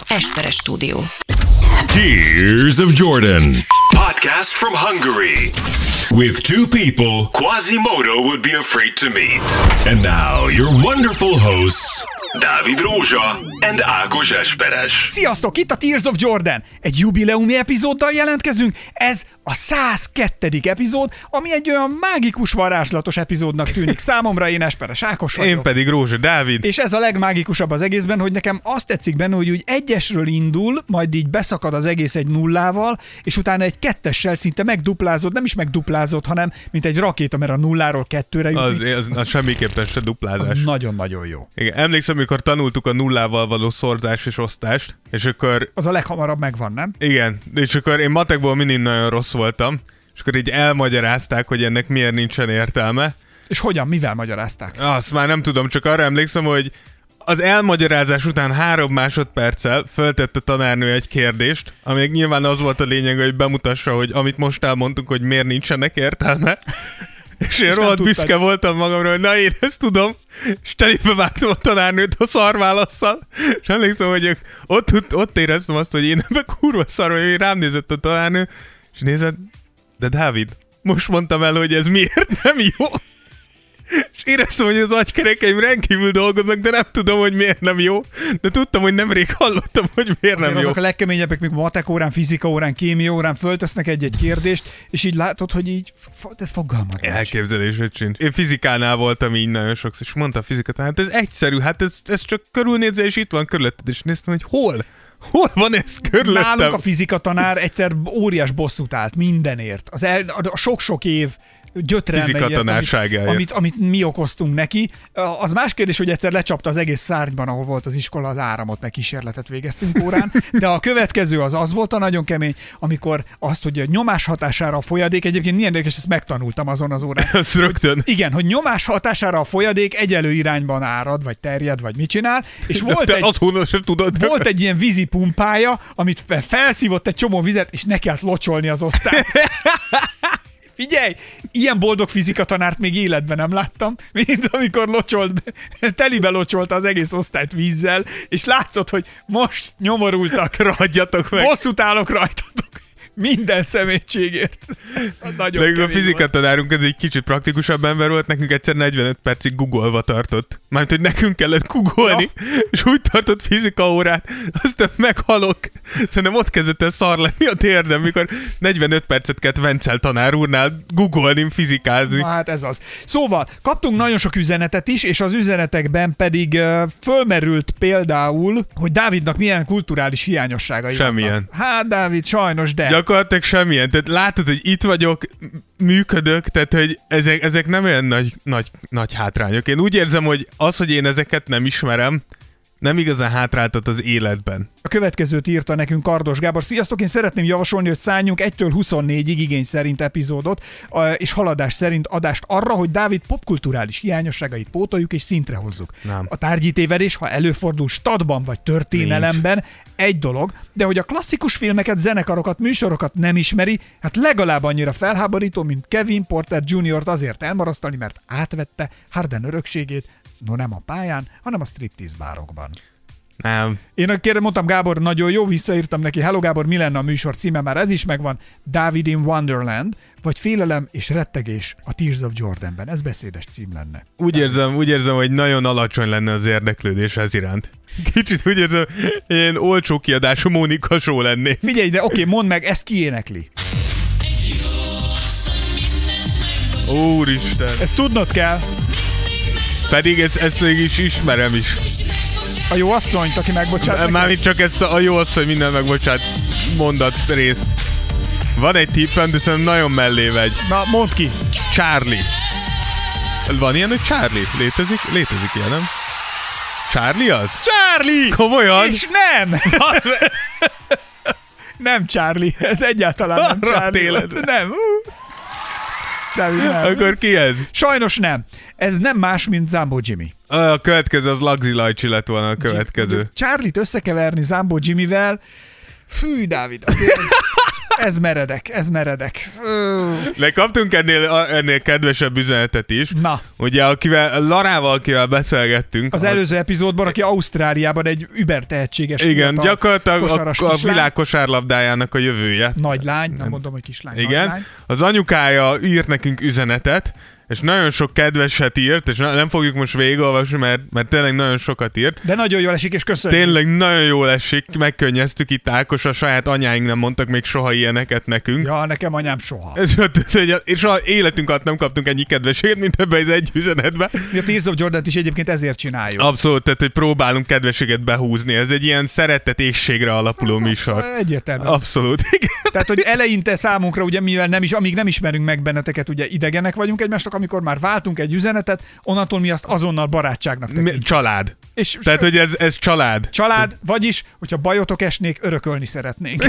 Esperes Stúdió. Tears of Jordan. Podcast from Hungary. With two people Quasimodo would be afraid to meet. And now your wonderful hosts, Dávid Rózsa and Ákos Esperes. Sziasztok, itt a Tears of Jordan. Egy jubileumi epizóddal jelentkezünk. Ez a 102. epizód, ami egy olyan mágikus, varázslatos epizódnak tűnik számomra. Én Esperes Ákos vagyok. Én pedig Rózsa Dávid. És ez a legmágikusabb az egészben, hogy nekem azt tetszik benne, hogy úgy egyesről indul, majd így beszakad az egész egy nullával, és utána egy kettessel szinte megduplázod, nem is megduplázod, hanem mint egy rakéta, mert a nulláról kettőre jutni. Az semmiképpen se duplázás. Az nagyon-nagyon jó. Igen, emlékszem, amikor tanultuk a nullával való szorzás és osztást, és akkor... Az a leghamarabb megvan, nem? Igen, és akkor én matekból mindig nagyon rossz voltam, és akkor így elmagyarázták, hogy ennek miért nincsen értelme. És hogyan, mivel magyarázták? Azt már nem tudom, csak arra emlékszem, hogy az elmagyarázás után 3 másodperccel föltette a tanárnő egy kérdést, ami nyilván az volt a lényeg, hogy bemutassa, hogy amit most elmondtunk, hogy miért nincsenek értelme. És én rohadt büszke voltam magamra, hogy na én ezt tudom, és telébe vágtam a tanárnőt a szarválasszal, és emlékszem, hogy ott éreztem azt, hogy én ebben kurva szar, hogy rám nézett a tanárnő, és nézett, de Dávid, most mondtam el, hogy ez miért nem jó. És éreztem, hogy az agykerekeim rendkívül dolgoznak, de nem tudom, hogy miért nem jó. De tudtam, hogy nemrég hallottam, hogy miért azért nem jó. Azok a legkeményebbek, mikor matek órán, fizika órán, kémia órán föltesznek egy-egy kérdést, és így látod, hogy így fogalmad. Elképzelésed sincs. Én fizikánál voltam így nagyon sokszor, és mondta a fizikát, hát ez egyszerű, hát ez csak körülnézze, és itt van körülötted, és néztem, hogy hol van ez körülöttem? Nálunk a fizika tanár egyszer óriás bosszút állt mindenért. A sok-sok év gyötrelmeiért, amit mi okoztunk neki. Az más kérdés, hogy egyszer lecsapta az egész szárnyban, ahol volt az iskola, az áramot, meg kísérletet végeztünk órán, de a következő az volt a nagyon kemény, amikor azt, hogy a nyomás hatására a folyadék, egyébként milyen érdekes, ezt megtanultam azon az órán. Ez rögtön. Igen, hogy nyomás hatására a folyadék egyelő irányban árad, vagy terjed, vagy mit csinál, és volt egy ilyen vízipumpája, amit felszívott egy csomó vizet, és neki kellett locsolni az osztályt. Figyelj, ilyen boldog fizikatanárt még életben nem láttam, mint amikor telibe locsolta az egész osztályt vízzel, és látszott, hogy most nyomorultak. Ragadjatok meg. Bosszút állok rajtatok. Minden szemétségért. De a fizikatanárunk ez egy kicsit praktikusabb ember volt, nekünk egyszer 45 percig googolva tartott. Mármint, hogy nekünk kellett googolni, és úgy tartott fizika órát, aztán meghalok. Szerintem ott kezdett el szar lenni a térdem, mikor 45 percet kellett Vencel tanár úrnál googolni, fizikázni. Na, hát ez az. Szóval, kaptunk nagyon sok üzenetet is, és az üzenetekben pedig fölmerült például, hogy Dávidnak milyen kulturális hiányosságai Semmilyen. vannak. Hát Dávid, sajnos, de... Gyakorlatilag semmilyen. Tehát látod, hogy itt vagyok, működök, tehát hogy ezek nem olyan nagy hátrányok. Én úgy érzem, hogy az, hogy én ezeket nem ismerem, nem igazán hátráltat az életben. A következőt írta nekünk Kardos Gábor. Sziasztok, én szeretném javasolni, hogy szálljunk 1-től 24-ig igény szerint epizódot, és haladás szerint adást arra, hogy Dávid popkulturális hiányosságait pótoljuk és szintre hozzuk. Nem. A tárgyi tévedés, ha előfordul statban vagy történelemben, egy dolog, de hogy a klasszikus filmeket, zenekarokat, műsorokat nem ismeri, hát legalább annyira felháborító, mint Kevin Porter Jr.-t azért elmarasztalni, mert átvette Harden örökségét, no nem a pályán, hanem a striptease bárokban. Nem. Én mondtam, Gábor, nagyon jó, visszaírtam neki, hello Gábor, mi lenne a műsor címe, már ez is megvan, David in Wonderland, vagy Félelem és rettegés a Tears of Jordanben. Ez beszédes cím lenne. Úgy érzem, hogy nagyon alacsony lenne az érdeklődés ez iránt. Kicsit úgy érzem, ilyen olcsó kiadású Mónika show lenné. Figyelj, de oké, mondd meg, ezt ki énekli? Úristen. Ezt tudnod kell. Pedig ezt mégis ismerem is. A jó asszonyt, aki megbocsát. Mármint csak ezt a jó asszony minden megbocsát mondat részt. Van egy tippem, de szerintem nagyon mellé vagy. Na, mondd ki. Charlie. Van ilyen, hogy Charlie? Létezik ilyen, nem? Charlie az? Charlie! Komolyan? És nem! Nem Charlie, ez egyáltalán nem Charlie. Nem. Nem. Akkor ki ez? Sajnos nem. Ez nem más, mint Zambo Jimmy. A következő az Lagzi Lajcsi lett volna a következő. Charlie-t összekeverni Zambo Jimmyvel, fű, Dávid, azért Ez meredek. De kaptunk ennél kedvesebb üzenetet is. Na. Ugye Larával, akivel beszélgettünk. Az előző epizódban, aki Ausztráliában egy übertehetséges. Igen, gyakorlatilag a világ kosárlabdájának a jövője. Nagy lány, nem mondom, hogy kislány. Igen, nagy lány. Az anyukája írt nekünk üzenetet, és nagyon sok kedveset írt, és nem fogjuk most végigolvasni, mert tényleg nagyon sokat írt. De nagyon jól esik, és köszönjük. Tényleg nagyon jól esik, megkönnyeztük itt Ákos, a saját anyáink nem mondtak még soha ilyeneket nekünk. Ja, nekem anyám soha. És soha életünk alatt nem kaptunk ennyi kedveséget, mint ebbe az egy üzenetbe. Mi a Tears of Jordan-t is egyébként ezért csináljuk. Abszolút, tehát hogy próbálunk kedveséget behúzni. Ez egy ilyen szeretetésségre alapuló műsor. Egyértelmű. Abszolút. Tehát, hogy eleinte számunkra, ugye, mivel amíg nem ismerünk meg benneteket, ugye idegenek vagyunk egymásnak, amikor már váltunk egy üzenetet, onnantól mi azt azonnal barátságnak tekintjük. Család. Tehát, hogy ez család. Család, vagyis, hogyha bajotok esnék, örökölni szeretnénk.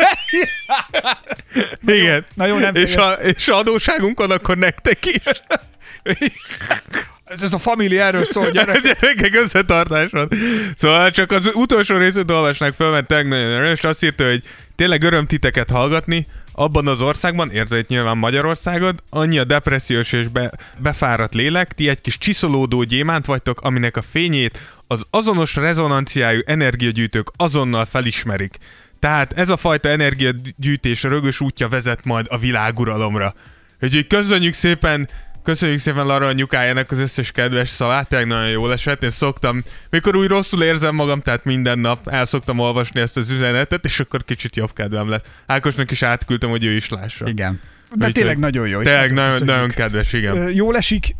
Igen. Na jó, nem és adóságunk van, akkor nektek is. Ez a família erről szól, gyerekek, összetartás van. Szóval csak az utolsó részét olvasnák föl, mert nagyon és azt írta, hogy tényleg öröm titeket hallgatni, abban az országban, érzett nyilván Magyarországon, annyi a depressziós és befáradt lélek, ti egy kis csiszolódó gyémánt vagytok, aminek a fényét az azonos rezonanciájú energiagyűjtők azonnal felismerik. Tehát ez a fajta energiagyűjtés rögös útja vezet majd a világuralomra. Úgyhogy köszönjük szépen Lara anyukájának az összes kedves szavát, tényleg nagyon jól esett. Én szoktam, mikor úgy rosszul érzem magam, tehát minden nap el szoktam olvasni ezt az üzenetet, és akkor kicsit jobb kedvem lett. Ákosnak is átküldtem, hogy ő is lássa. Igen. De tényleg nagyon jó. Tényleg nagyon kedves, igen. Jól esik.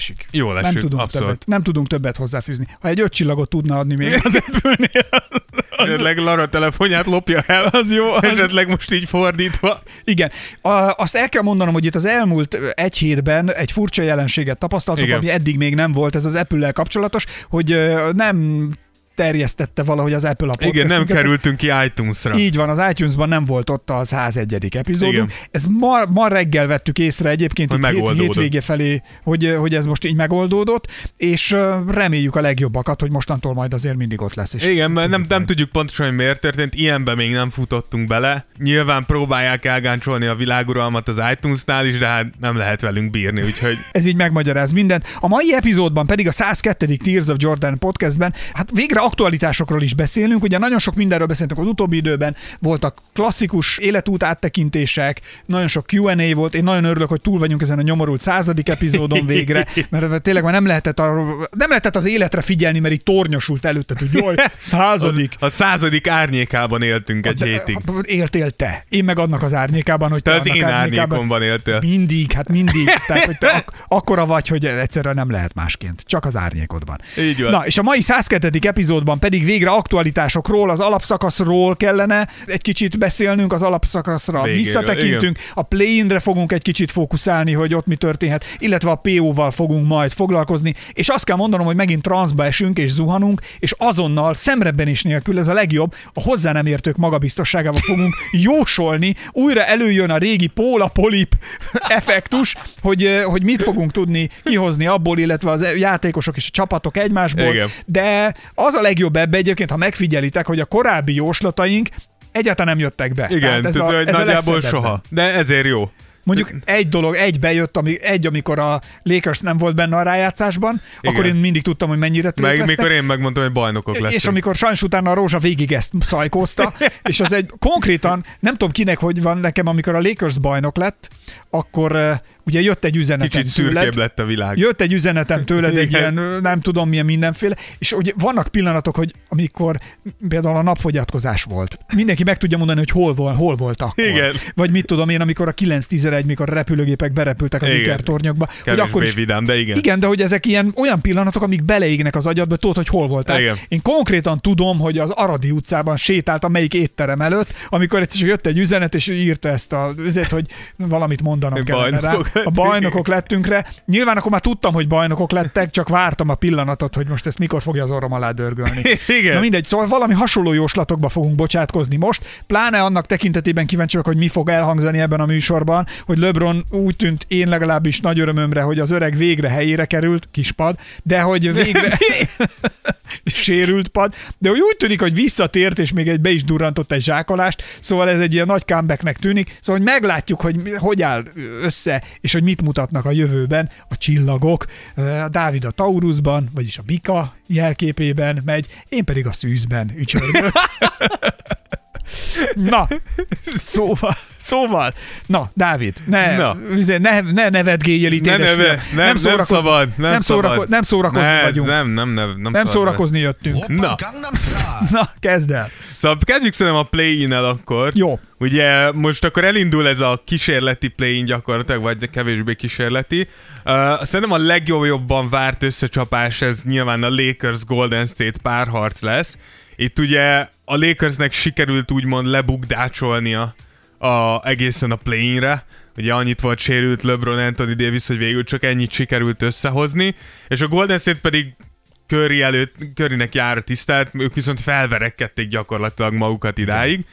Nem tudunk többet hozzáfűzni. Ha egy 5 csillagot tudna adni még az Apple-nél. Esetleg Lara telefonját lopja el. Az jó. Esetleg most így fordítva. Igen. Azt el kell mondanom, hogy itt az elmúlt egy hétben egy furcsa jelenséget tapasztaltok, ami eddig még nem volt, ez az Apple-lel kapcsolatos, hogy nem terjesztette valahogy az Apple a podcastünket. Igen, nem kerültünk ki iTunes-ra. Így van, az iTunes-ban nem volt ott a 101. epizódunk. Igen. Ez ma reggel vettük észre egyébként, itt hétvége felé, hogy ez most így megoldódott, és reméljük a legjobbakat, hogy mostantól majd azért mindig ott lesz. És igen, mert nem tudjuk pontosan, hogy miért történt, ilyenben még nem futottunk bele. Nyilván próbálják elgáncsolni a világuralmat az iTunes-nál is, de hát nem lehet velünk bírni, úgyhogy... Ez így megmagyaráz mindent. A mai epizódban pedig a 102. Tears of Jordan podcastben, hát végre aktualitásokról is beszélünk, ugye nagyon sok mindenről beszéltünk az utóbbi időben, voltak klasszikus életút áttekintések, nagyon sok Q&A volt, én nagyon örülök, hogy túl vagyunk ezen a nyomorult 100. epizódon végre, mert tényleg már nem lehetett az életre figyelni, mert így tornyosult előtte, hogy jaj, 100. A 100. árnyékában éltünk egy hétig. Éltél te. Én meg annak az árnyékában, hogy te az én árnyékomban éltél. Mindig. Tehát, hogy te akkora vagy, hogy egyszerűen nem lehet másként. Csak az árnyékodban. Így van. Na, és a mai 102. epizódban pedig végre aktualitásokról, az alapszakaszról kellene egy kicsit beszélnünk, az alapszakaszra visszatekintünk, a play-inre fogunk egy kicsit fókuszálni, hogy ott mi történhet, illetve a PO-val fogunk majd foglalkozni, és azt kell mondanom, hogy megint transzba esünk és zuhanunk, és azonnal szemrebbenés nélkül, ez a legjobb, a hozzá nem értők magabiztosságával fogunk jósolni, újra előjön a régi póla-polip effektus, hogy mit fogunk tudni kihozni abból, illetve az játékosok és a csapatok egymásból, igen. De az a legjobb ebbe egyébként, ha megfigyelitek, hogy a korábbi jóslataink egyáltalán nem jöttek be. Igen, ez nagyjából soha. De ezért jó. Mondjuk egy dolog, egybe amikor a Lakers nem volt benne a rájátszásban, igen. Akkor én mindig tudtam, hogy mennyire tréfeztek. Mikor én megmondtam, hogy bajnokok leszünk. És amikor sajnos utána a Rózsa végig ezt szajkózta, és az egy konkrétan, nem tudom kinek, hogy van nekem, amikor a Lakers bajnok lett, akkor ugye jött egy üzenetem kicsit tőled. Kicsit szürkébb lett a világ. Jött egy üzenetem tőled, egy ilyen, nem tudom milyen mindenféle, és ugye vannak pillanatok, hogy amikor például a napfogyatkozás volt. Mindenki meg tudja mondani, hogy hol volt akkor. Igen. Vagy mit tudom én, amikor a 9-11, mikor a repülőgépek berepültek az ikertornyokba. Hogy akkor is vidám, de igen. Igen, de hogy ezek olyan pillanatok, amik beleégnek az agyadba, tudod, hogy hol voltál. Igen. Én konkrétan tudom, hogy az Aradi utcában sétáltam melyik étterem előtt, amikor egyszer jött egy üzenet, és írta ezt hogy valamit mondanom kellene rá. A bajnokok lettünkre. Nyilván akkor már tudtam, hogy bajnokok lettek, csak vártam a pillanatot, hogy most ezt mikor fogja az orrom alá dörgölni. Igen. Na mindegy, szóval valami hasonló jóslatokba fogunk bocsátkozni most, pláne annak tekintetében kíváncsi vagyok, hogy mi fog elhangzani ebben a műsorban, hogy LeBron úgy tűnt, én legalábbis nagy örömömre, hogy az öreg végre helyére került, kispad, de hogy végre sérült pad, de hogy úgy tűnik, hogy visszatért, és még be is durrantott egy zsákolást, szóval ez egy ilyen nagy comebacknek tűnik, szóval hogy meglátjuk, hogy áll össze, és hogy mit mutatnak a jövőben a csillagok. Dávid a Taurusban, vagyis a bika jelképében megy, én pedig a szűzben ücsörgök. Na, szóval, na, Dávid, ne nevetgéljél itt, nem szabad. Nem szórakozni vagyunk. Nem szórakozni jöttünk. Na, kezd el. Szóval kezdjük szerintem a play-in-el akkor. Jó. Ugye most akkor elindul ez a kísérleti play-in gyakorlatilag, vagy kevésbé kísérleti. Szerintem a legjobban várt összecsapás ez nyilván a Lakers Golden State párharc lesz. Itt ugye a Lakersnek sikerült úgymond lebukdácsolnia egészen a play-inre. Ugye annyit volt sérült LeBron, Anthony Davis, hogy végül csak ennyit sikerült összehozni. És a Golden State pedig Currynek jár a tisztelt, ők viszont felverekedték gyakorlatilag magukat idáig.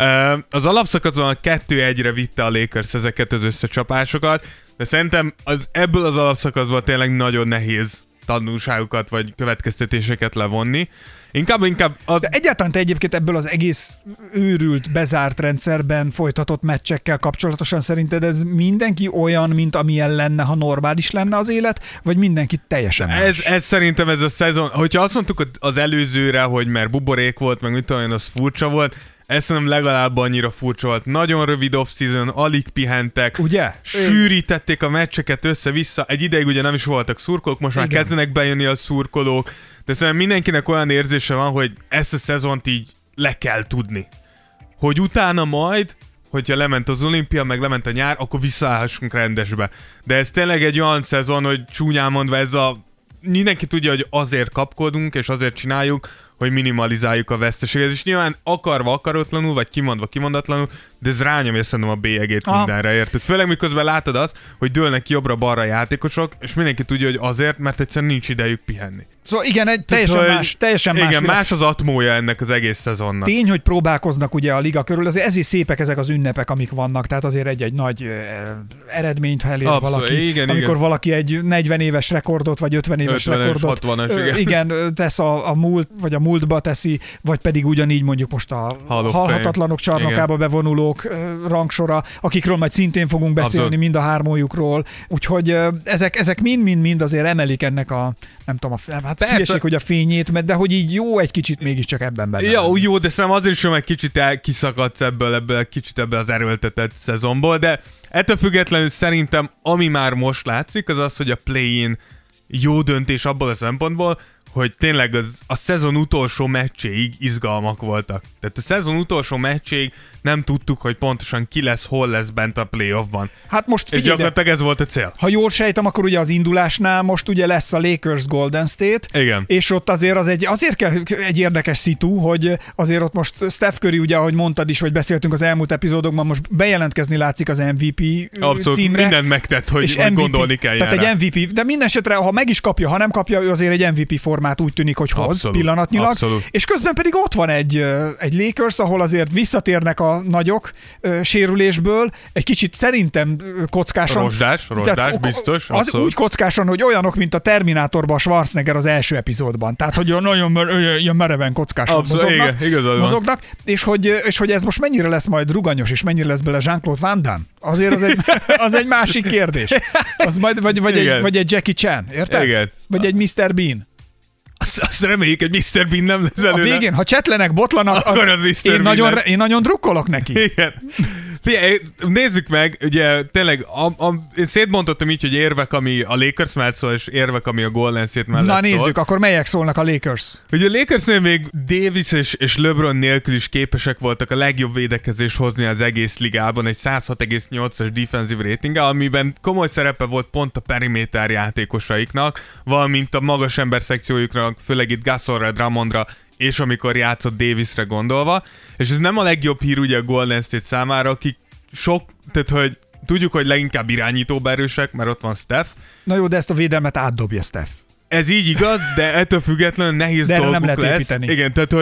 Az alapszakaszban 2-1-re vitte a Lakers ezeket az összecsapásokat, de szerintem ebből az alapszakaszban tényleg nagyon nehéz tanulságokat vagy következtetéseket levonni. Inkább az... De egyáltalán te egyébként ebből az egész őrült, bezárt rendszerben folytatott meccsekkel kapcsolatosan szerinted ez mindenki olyan, mint amilyen lenne, ha normális lenne az élet, vagy mindenki teljesen más? Ez szerintem ez a szezon, hogyha azt mondtuk az előzőre, hogy mert buborék volt, meg mit tudom, az furcsa volt, ez szerintem legalább annyira furcsa volt. Nagyon rövid off-season, alig pihentek, ugye? Sűrítették a meccseket össze-vissza, egy ideig ugye nem is voltak szurkolók, most már kezdenek bejönni a szurkolók, de szerintem mindenkinek olyan érzése van, hogy ezt a szezont így le kell tudni. Hogy utána majd, hogyha lement az olimpia, meg lement a nyár, akkor visszaállhassunk rendesbe. De ez tényleg egy olyan szezon, hogy csúnyán mondva mindenki tudja, hogy azért kapkodunk, és azért csináljuk, hogy minimalizáljuk a veszteséget, és nyilván akarva akaratlanul, vagy kimondva kimondatlanul, de ez rányomja szerintem a bélyegét mindenre, érted? Főleg miközben látod azt, hogy dőlnek jobbra-balra játékosok, és mindenki tudja, hogy azért, mert egyszerűen nincs idejük pihenni. Szóval igen, teljesen más. Igen, más az atmója ennek az egész szezonnak. Tény, hogy próbálkoznak ugye a liga körül, azért ezért szépek ezek az ünnepek, amik vannak, tehát azért egy nagy eredményt elér valaki. Igen. Valaki egy 40 éves rekordot, vagy 50 éves rekordot 60-as, igen, tesz a múltba teszi, vagy pedig ugyanígy mondjuk most a halhatatlanok csarnokába bevonulók rangsora, akikről majd szintén fogunk beszélni, mind a hármójukról. Úgyhogy ezek mind azért emelik ennek a, nem tudom, hülyeség, hogy a fényét, de hogy így jó egy kicsit mégiscsak ebben benne. Jó, de szerintem azért is, hogy kicsit kiszakadsz ebből az erőltetett szezonból, de ettől függetlenül szerintem, ami már most látszik, az az, hogy a play-in jó döntés abból a szempontból, hogy tényleg a szezon utolsó meccséig izgalmak voltak. Tehát a szezon utolsó meccséig nem tudtuk, hogy pontosan ki lesz, hol lesz bent a playoffban. Hát most figyelj, és gyakorlatilag ez volt a cél. Ha jól sejtem, akkor ugye az indulásnál most ugye lesz a Lakers Golden State. Igen. És ott azért kell egy érdekes szitu, hogy azért ott most Steph Curry, ugye, ahogy mondtad is, vagy beszéltünk az elmúlt epizódokban, most bejelentkezni látszik az MVP abszolút, címre. Mindent megtett, hogy MVP, gondolni kell. Tehát egy MVP, de minden esetre, ha meg is kapja, ha nem kapja, ő azért egy MVP formát úgy tűnik, hogy hoz pillanatnyilag. Abszolút. És közben pedig ott van egy Lakers, ahol azért visszatérnek a nagyok sérülésből, egy kicsit szerintem kockásan. Rozsdás, biztos. Az úgy kockásan, hogy olyanok, mint a Terminátorban a Schwarzenegger az első epizódban. Tehát, hogy nagyon ilyen mereven kockásan mozognak. És hogy ez most mennyire lesz majd ruganyos, és mennyire lesz bele Jean-Claude Van Damme? Azért az egy másik kérdés. Az majd, vagy egy Jackie Chan, érted? Igen. Vagy egy Mr. Bean. Azt reméljük, hogy Mr. Bean nem lesz belőle. A végén, ha csetlenek, botlanak, én nagyon drukkolok neki. Igen. Figyelj, nézzük meg, ugye tényleg én szétbontottam így, hogy érvek, ami a Lakers mellett szól, és érvek, ami a Golden State mellett szól. Na nézzük, akkor melyek szólnak a Lakers? Ugye a Lakersnél még Davis és LeBron nélkül is képesek voltak a legjobb védekezést hozni az egész ligában, egy 106,8-as defensive ratinggel, amiben komoly szerepe volt pont a periméter játékosaiknak, valamint a magas ember szekciójuknak, főleg itt Gasolra, Drummondra, és amikor játszott Davisre gondolva, és ez nem a legjobb hír ugye a Golden State számára, akik tehát hogy tudjuk, hogy leginkább irányítóba erősek, mert ott van Steph. Na jó, de ezt a védelmet átdobja Steph. Ez így igaz, de ettől függetlenül nehéz dolguk nem lehet lesz. építeni. Igen, tehát hogy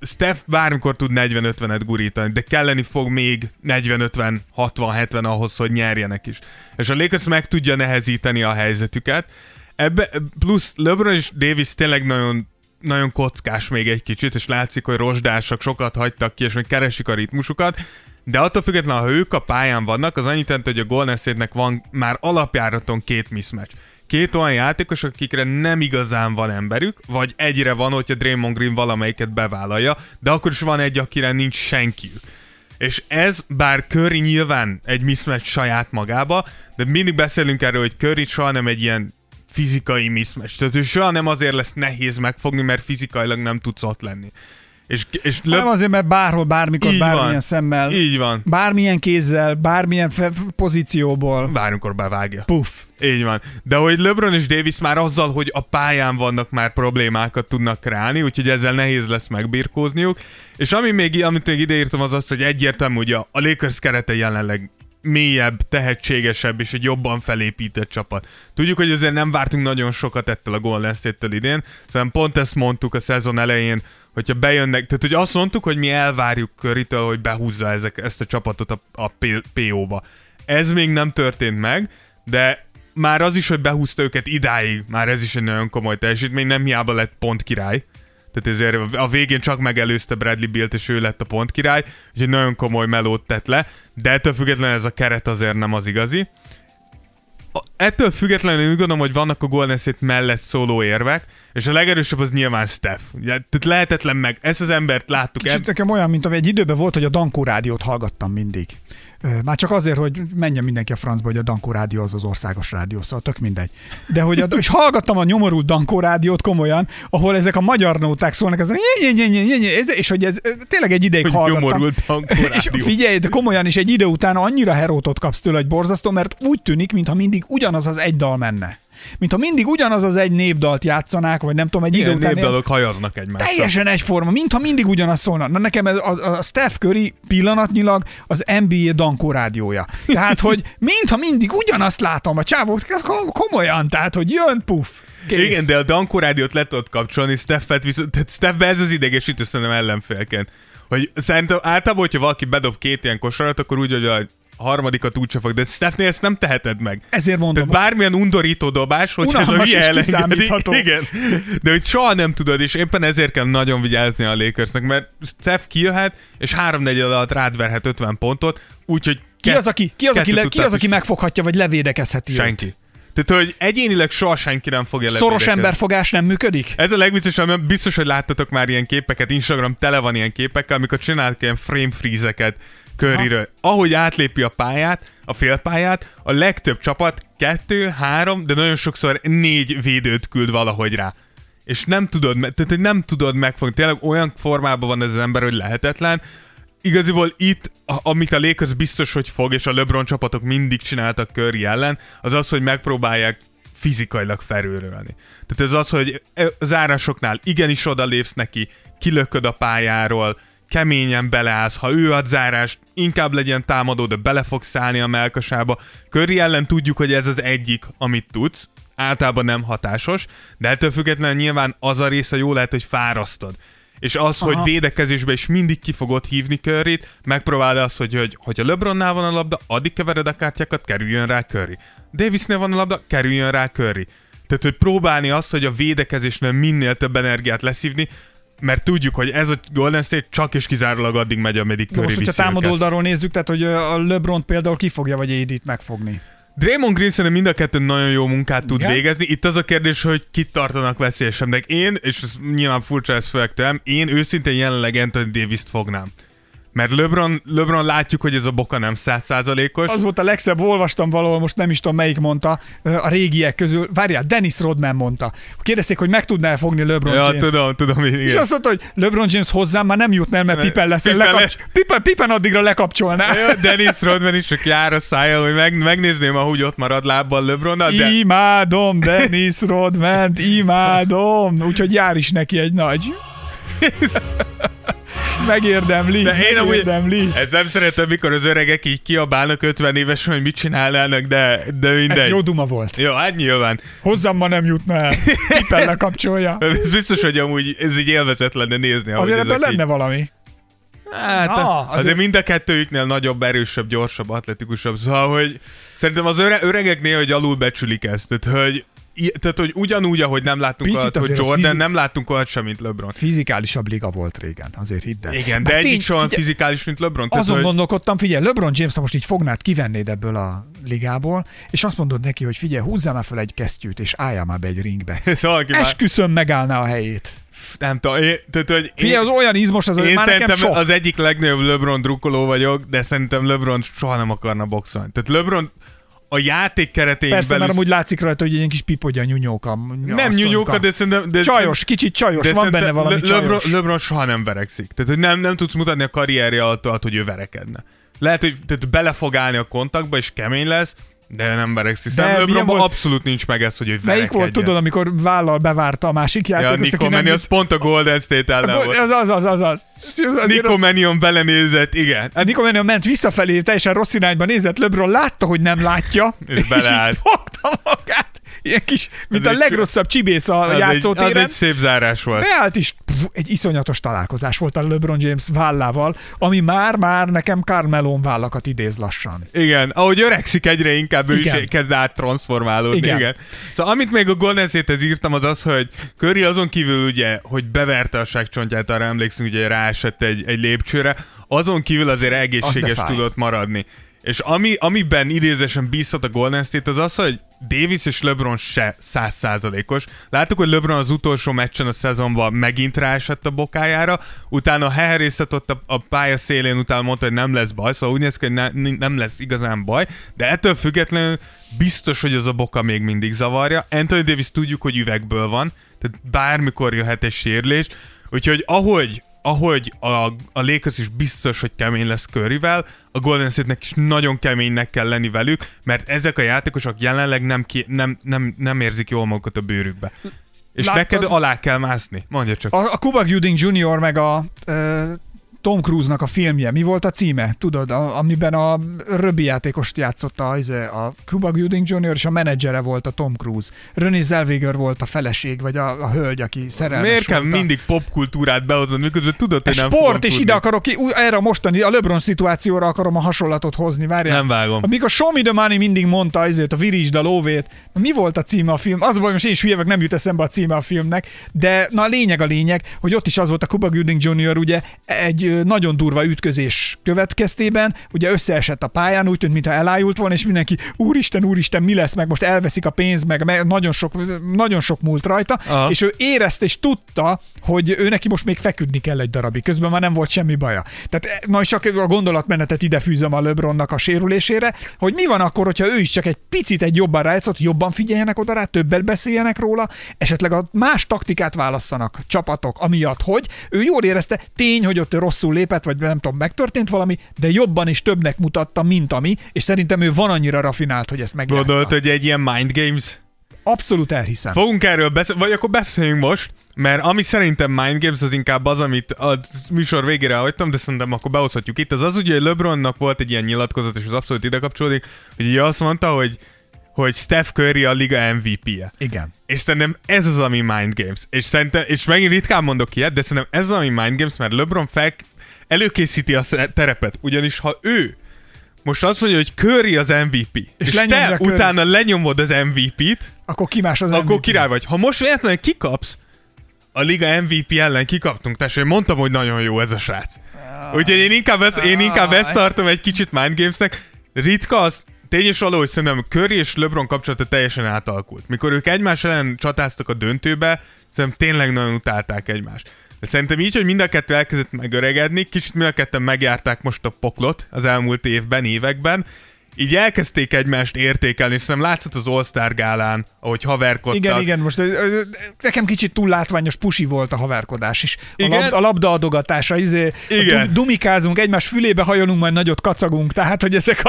Steph bármikor tud 40-50-et gurítani, de kelleni fog még 40-50-60-70 ahhoz, hogy nyerjenek is. És a Lakers meg tudja nehezíteni a helyzetüket. Plusz LeBron és Davis tényleg nagyon, nagyon kockás még egy kicsit, és látszik, hogy rozsdásak, sokat hagytak ki, és még keresik a ritmusukat. De attól függetlenül, ha ők a pályán vannak, az annyit jelent, hogy a Golden State-nek van már alapjáraton 2 mismatch. 2 olyan játékos, akikre nem igazán van emberük, vagy egyre van, hogyha Draymond Green valamelyiket bevállalja, de akkor is van egy, akire nincs senkiük. És ez, bár Curry nyilván egy mismatch saját magába, de mindig beszélünk erről, hogy Curry soha nem egy ilyen fizikai mismatch. Tehát ő soha nem azért lesz nehéz megfogni, mert fizikailag nem tudsz ott lenni. Nem azért, mert bárhol, bármikor, bármilyen szemmel, így van. Bármilyen kézzel, bármilyen pozícióból. Bármikor bevágja. Puff. Így van. De hogy LeBron és Davis már azzal, hogy a pályán vannak, már problémákat tudnak kreálni, úgyhogy ezzel nehéz lesz megbirkózniuk. És amit még ideírtam, az, hogy egyértelmű, hogy a Lakers kerete jelenleg mélyebb, tehetségesebb és egy jobban felépített csapat. Tudjuk, hogy azért nem vártunk nagyon sokat ettől a Golden State-től idén, szóval pont ezt mondtuk a szezon elején, hogyha bejönnek, tehát hogy azt mondtuk, hogy mi elvárjuk Currytől, hogy behúzza ezt a csapatot a PO-ba. Ez még nem történt meg, de már az is, hogy behúzta őket idáig, már ez is egy nagyon komoly teljesítmény, nem hiába lett pontkirály. Tehát ezért a végén csak megelőzte Bradley Bealt, és ő lett a pontkirály, úgyhogy nagyon komoly melót tett le, de ettől függetlenül ez a keret azért nem az igazi. Ettől függetlenül úgy gondolom, hogy vannak a Golden State mellett szóló érvek, és a legerősebb az nyilván Steph. Tehát lehetetlen meg, ezt az embert láttuk. Kicsit nekem olyan, mint ami egy időben volt, hogy a Dankó rádiót hallgattam mindig. Már csak azért, hogy menjen mindenki a francba, hogy a Dankó rádió az országos rádió, szóval tök mindegy. De hogy és hallgattam a nyomorult Dankó rádiót komolyan, ahol ezek a magyar nóták szólnak, és hogy ez tényleg egy ideig hallgattam. Nyomorult Dankó rádió. És figyelj, de komolyan is egy idő után annyira herótot kapsz tőle, hogy borzasztó, mert úgy tűnik, mintha mindig ugyanaz az egy dal menne. Mintha mindig ugyanaz az egy népdalt játszanák, vagy nem tudom, egy idő után... népdalok hajaznak egymásra. Teljesen egyforma, mintha mindig ugyanaz szólna. Na nekem a Steph Curry pillanatnyilag az NBA Dankó rádiója. Tehát, hogy mintha mindig ugyanazt látom a csávót, komolyan, tehát, hogy jön, puff. Kész. Igen, de a Dankó rádiót le tudod kapcsolni, Stephbe ez az idegesítő szerintem ellenfélként. Hogy szerintem általában, hogyha valaki bedob 2 ilyen kosarat, akkor úgy, hogy a harmadikat úgyse fog, de Stephnél ezt nem teheted meg. Ezért mondom. Tehát bármilyen undorító dobás, hogy ez a hülye elengedik. Igen. De hogy soha nem tudod, és éppen ezért kell nagyon vigyázni a Lakersnek, mert Steph kijöhet, és 3-4 alatt rád verhet 50 pontot, úgyhogy ki az, aki megfoghatja, vagy levédekezheti? Senki. Tehát, hogy egyénileg soha senki nem fogja levédekezni. Szoros emberfogás nem működik? Ez a legviccosabb, biztos, hogy láttatok már ilyen képeket, Instagram tele van ilyen képekkel, amikor csinálnak ilyen frame freeze-eket Curryről. Ahogy átlépi a pályát, a félpályát, a legtöbb csapat 2-3, de nagyon sokszor 4 védőt küld valahogy rá. És nem tudod megfogni. Tényleg olyan formában van ez az ember, hogy lehetetlen. Igaziból itt, amit a Lakers biztos, hogy fog, és a LeBron csapatok mindig csináltak Curry ellen, az az, hogy megpróbálják fizikailag felülrölni. Tehát ez az, hogy zárásoknál igenis odalépsz neki, kilököd a pályáról, keményen beleállsz, ha ő ad zárást, inkább legyen támadó, de bele fogsz szállni a mellkasába. Curry ellen tudjuk, hogy ez az egyik, amit tudsz, általában nem hatásos, de ettől függetlenül nyilván az a része jó lehet, hogy fárasztod. És az, hogy védekezésbe is mindig ki fogod hívni Curryt, megpróbáld azt, hogyha LeBronnál van a labda, addig kevered a kártyákat, kerüljön rá Curry. Davisnél van a labda, kerüljön rá Curry. Tehát, hogy próbálni azt, hogy a védekezésnél minél több energiát leszívni, mert tudjuk, hogy ez a Golden State csak és kizárólag addig megy, ameddig Curry viszi most, hogyha támadó oldalról nézzük, tehát, hogy a LeBron például ki fogja, vagy AD-t megfogni. Draymond Green szerintem mind a kettő nagyon jó munkát tud végezni. Itt az a kérdés, hogy kit tartanak veszélyesebbnek. Én, és ez nyilván furcsa ez főleg tőlem, én őszintén jelenleg Anthony Davis-t fognám. Mert LeBron látjuk, hogy ez a boka nem 100%-os. Az volt a legszebb, olvastam valahol, most nem is tudom melyik mondta, a régiek közül. Várjál, Dennis Rodman mondta. Kérdezték, hogy meg tudná fogni LeBron James. Tudom, igen. És azt mondta, hogy LeBron James hozzám már nem jutna el, mert Pippen addigra lekapcsolná. Ja, Dennis Rodman is csak jár a szájjal, hogy megnézném, ahogy ott marad lábbal LeBronnal. De... Imádom Dennis Rodmant, imádom. Úgyhogy jár is neki egy nagy. Megérdemli. De én amúgy ez nem szeretem, mikor az öregek így kiabálnak 50 évesen, hogy mit csinálnának, de mindegy. Ez jó duma volt. Jó, hát nyilván. Hozzám ma nem jutna el. Éppen lekapcsolja. Ez biztos, hogy amúgy ez így élvezet lenne nézni. Azért ebben lenne valami. Hát, azért mind a kettőjüknél nagyobb, erősebb, gyorsabb, atletikusabb. Szóval, hogy szerintem az öregeknél, hogy alulbecsülik ezt. Tehát, hogy ugyanúgy, ahogy nem láttunk olyat, hogy Jordan, nem láttunk olyat sem, mint LeBron. Fizikálisabb liga volt régen, azért hidd el. Igen, de egyik sem olyan fizikális, mint LeBron. Azon gondolkodtam, figyelj, LeBron James, ha most így fognád, kivennéd ebből a ligából, és azt mondod neki, hogy figyelj, húzzál már fel egy kesztyűt, és álljál már be egy ringbe. Esküszöm, megállná a helyét. Nem tudom, figyelj, az olyan izmos, az én már nekem sok. Az egyik legnagyobb LeBron drukkoló vagyok, de szerintem LeBron soha nem akarna boxolni. Tehát LeBron a játék keretein belül... Persze, mert amúgy látszik rajta, hogy egy ilyen kis pipodja nyúnyóka. Nem nyúnyóka, de szerintem... Csajos, kicsit csajos, van benne valami csajos. LeBron soha nem verekszik. Tehát, hogy nem tudsz mutatni a karrierje attól, hogy ő verekedne. Lehet, hogy bele fog állni a kontaktba, és kemény lesz, de nem verekszik. LeBronban abszolút nincs meg ez, hogy ő verekedjen. Melyik volt, tudod, amikor vállal bevárta a másik játékost? Nico Mannion, az pont a Golden State ellen volt. Az. Nico Mannion belenézett, igen. Nico Mannion ment visszafelé, teljesen rossz irányba nézett, LeBron látta, hogy nem látja, és így fogta magát. Ilyen kis, mint a legrosszabb csibész a játszótéren. Az egy szép zárás volt. Beállt is, egy iszonyatos találkozás volt a LeBron James vállával, ami már nekem Carmelón vállakat idéz lassan. Igen, ahogy öregszik egyre inkább, ő is kezd áttransformálódni. Igen. Szóval amit még a Golden State-hez írtam, az az, hogy Curry azon kívül ugye, hogy beverte a ságcsontját, arra emlékszünk, ugye ráesett egy lépcsőre, azon kívül azért egészséges tudott maradni. És amiben idézésen bízhat a Golden State, az az, hogy Davis és LeBron se 100%-os. Láttuk, hogy LeBron az utolsó meccsen a szezonban megint ráesett a bokájára, utána heherészett ott a pálya szélén, utána mondta, hogy nem lesz baj, szóval úgy néz ki, hogy nem lesz igazán baj, de ettől függetlenül biztos, hogy az a boka még mindig zavarja. Anthony Davis tudjuk, hogy üvegből van, tehát bármikor jöhet egy sérülés, úgyhogy ahogy a Lakers is biztos, hogy kemény lesz Curryvel, a Golden State-nek is nagyon keménynek kell lenni velük, mert ezek a játékosok jelenleg nem érzik jól magukat a bőrükbe. És neked alá kell mászni. Mondja csak. A Cuba Gooding Jr. meg a Tom Cruise-nak a filmje. Mi volt a címe? Tudod, amiben a röbbi játékost játszotta a Cuba Gooding Jr. és a menedzsere volt a Tom Cruise. Renée Zellweger volt a feleség, vagy a hölgy, aki szerelmes Miért kell volt. Mindig popkultúrát behozni, miközben tudod, hogy nem sport, és ide akarok erre mostani, a LeBron szituációra akarom a hasonlatot hozni. Várjál. Nem vágom. Amikor Show Me the Money mindig mondta a virítsd a lóvét. Mi volt a címe a film? Az baj, most én is hülye nem jut eszembe a címe a filmnek, de a lényeg, hogy ott is az volt a Cuba Gooding Jr. ugye egy nagyon durva ütközés következtében, ugye összeesett a pályán, úgy tűnt, mintha elájult volna, és mindenki, úristen, mi lesz, meg most elveszik a pénzt, meg nagyon sok múlt rajta, és ő érezte és tudta, hogy ő neki most még feküdni kell egy darabig, közben már nem volt semmi baja. Tehát na csak a gondolatmenetet ide fűzöm a LeBronnak a sérülésére, hogy mi van akkor, hogyha ő is csak egy picit jobban rájátszott, jobban figyeljenek oda rá, többet beszéljenek róla, esetleg a más taktikát válasszanak csapatok, amiatt, hogy ő jól érezte, tény, hogy ott rosszul lépett, vagy nem tudom, megtörtént valami, de jobban és többnek mutatta, mint ami, és szerintem ő van annyira rafinált, hogy ezt megjátsza. Gondolt, hogy egy ilyen mind games? Abszolút elhiszem. Fogunk erről beszélni, vagy akkor beszéljünk most, mert ami szerintem mind games, az inkább az, amit a műsor végére hagytam, de szerintem akkor behozhatjuk itt. Az ugye, hogy LeBronnak volt egy ilyen nyilatkozat, és az abszolút ide kapcsolódik, hogy ugye azt mondta, hogy Steph Curry a liga MVP-je. Igen. És szerintem ez az, ami mind games. És megint ritkán mondok ilyet, de szerintem ez az, ami mind games, mert LeBron előkészíti a terepet. Ugyanis ha ő most azt mondja, hogy Curry az MVP, és te utána lenyomod az MVP-t, akkor ki más az MVP? Akkor király vagy. Ha most véletlenül kikapsz, a liga MVP ellen kikaptunk, tessék, mondtam, hogy nagyon jó ez a srác. Úgyhogy én inkább ezt tartom egy kicsit mind gamesnek. Ritka az, tény és való, hogy szerintem Curry és LeBron kapcsolata teljesen átalakult. Mikor ők egymás ellen csatáztak a döntőbe, szerintem tényleg nagyon utálták egymást. De szerintem így, hogy mind a kettő elkezdett megöregedni, kicsit mind a ketten megjárták most a poklot az elmúlt években, így elkezdték egymást értékelni, és szerintem látszott az All-Star gálán, ahogy haverkodtak. Igen, most nekem kicsit túl látványos pusi volt a haverkodás is. A labdaadogatása, dumikázunk, egymás fülébe hajolunk, majd nagyot kacagunk, tehát, hogy ezek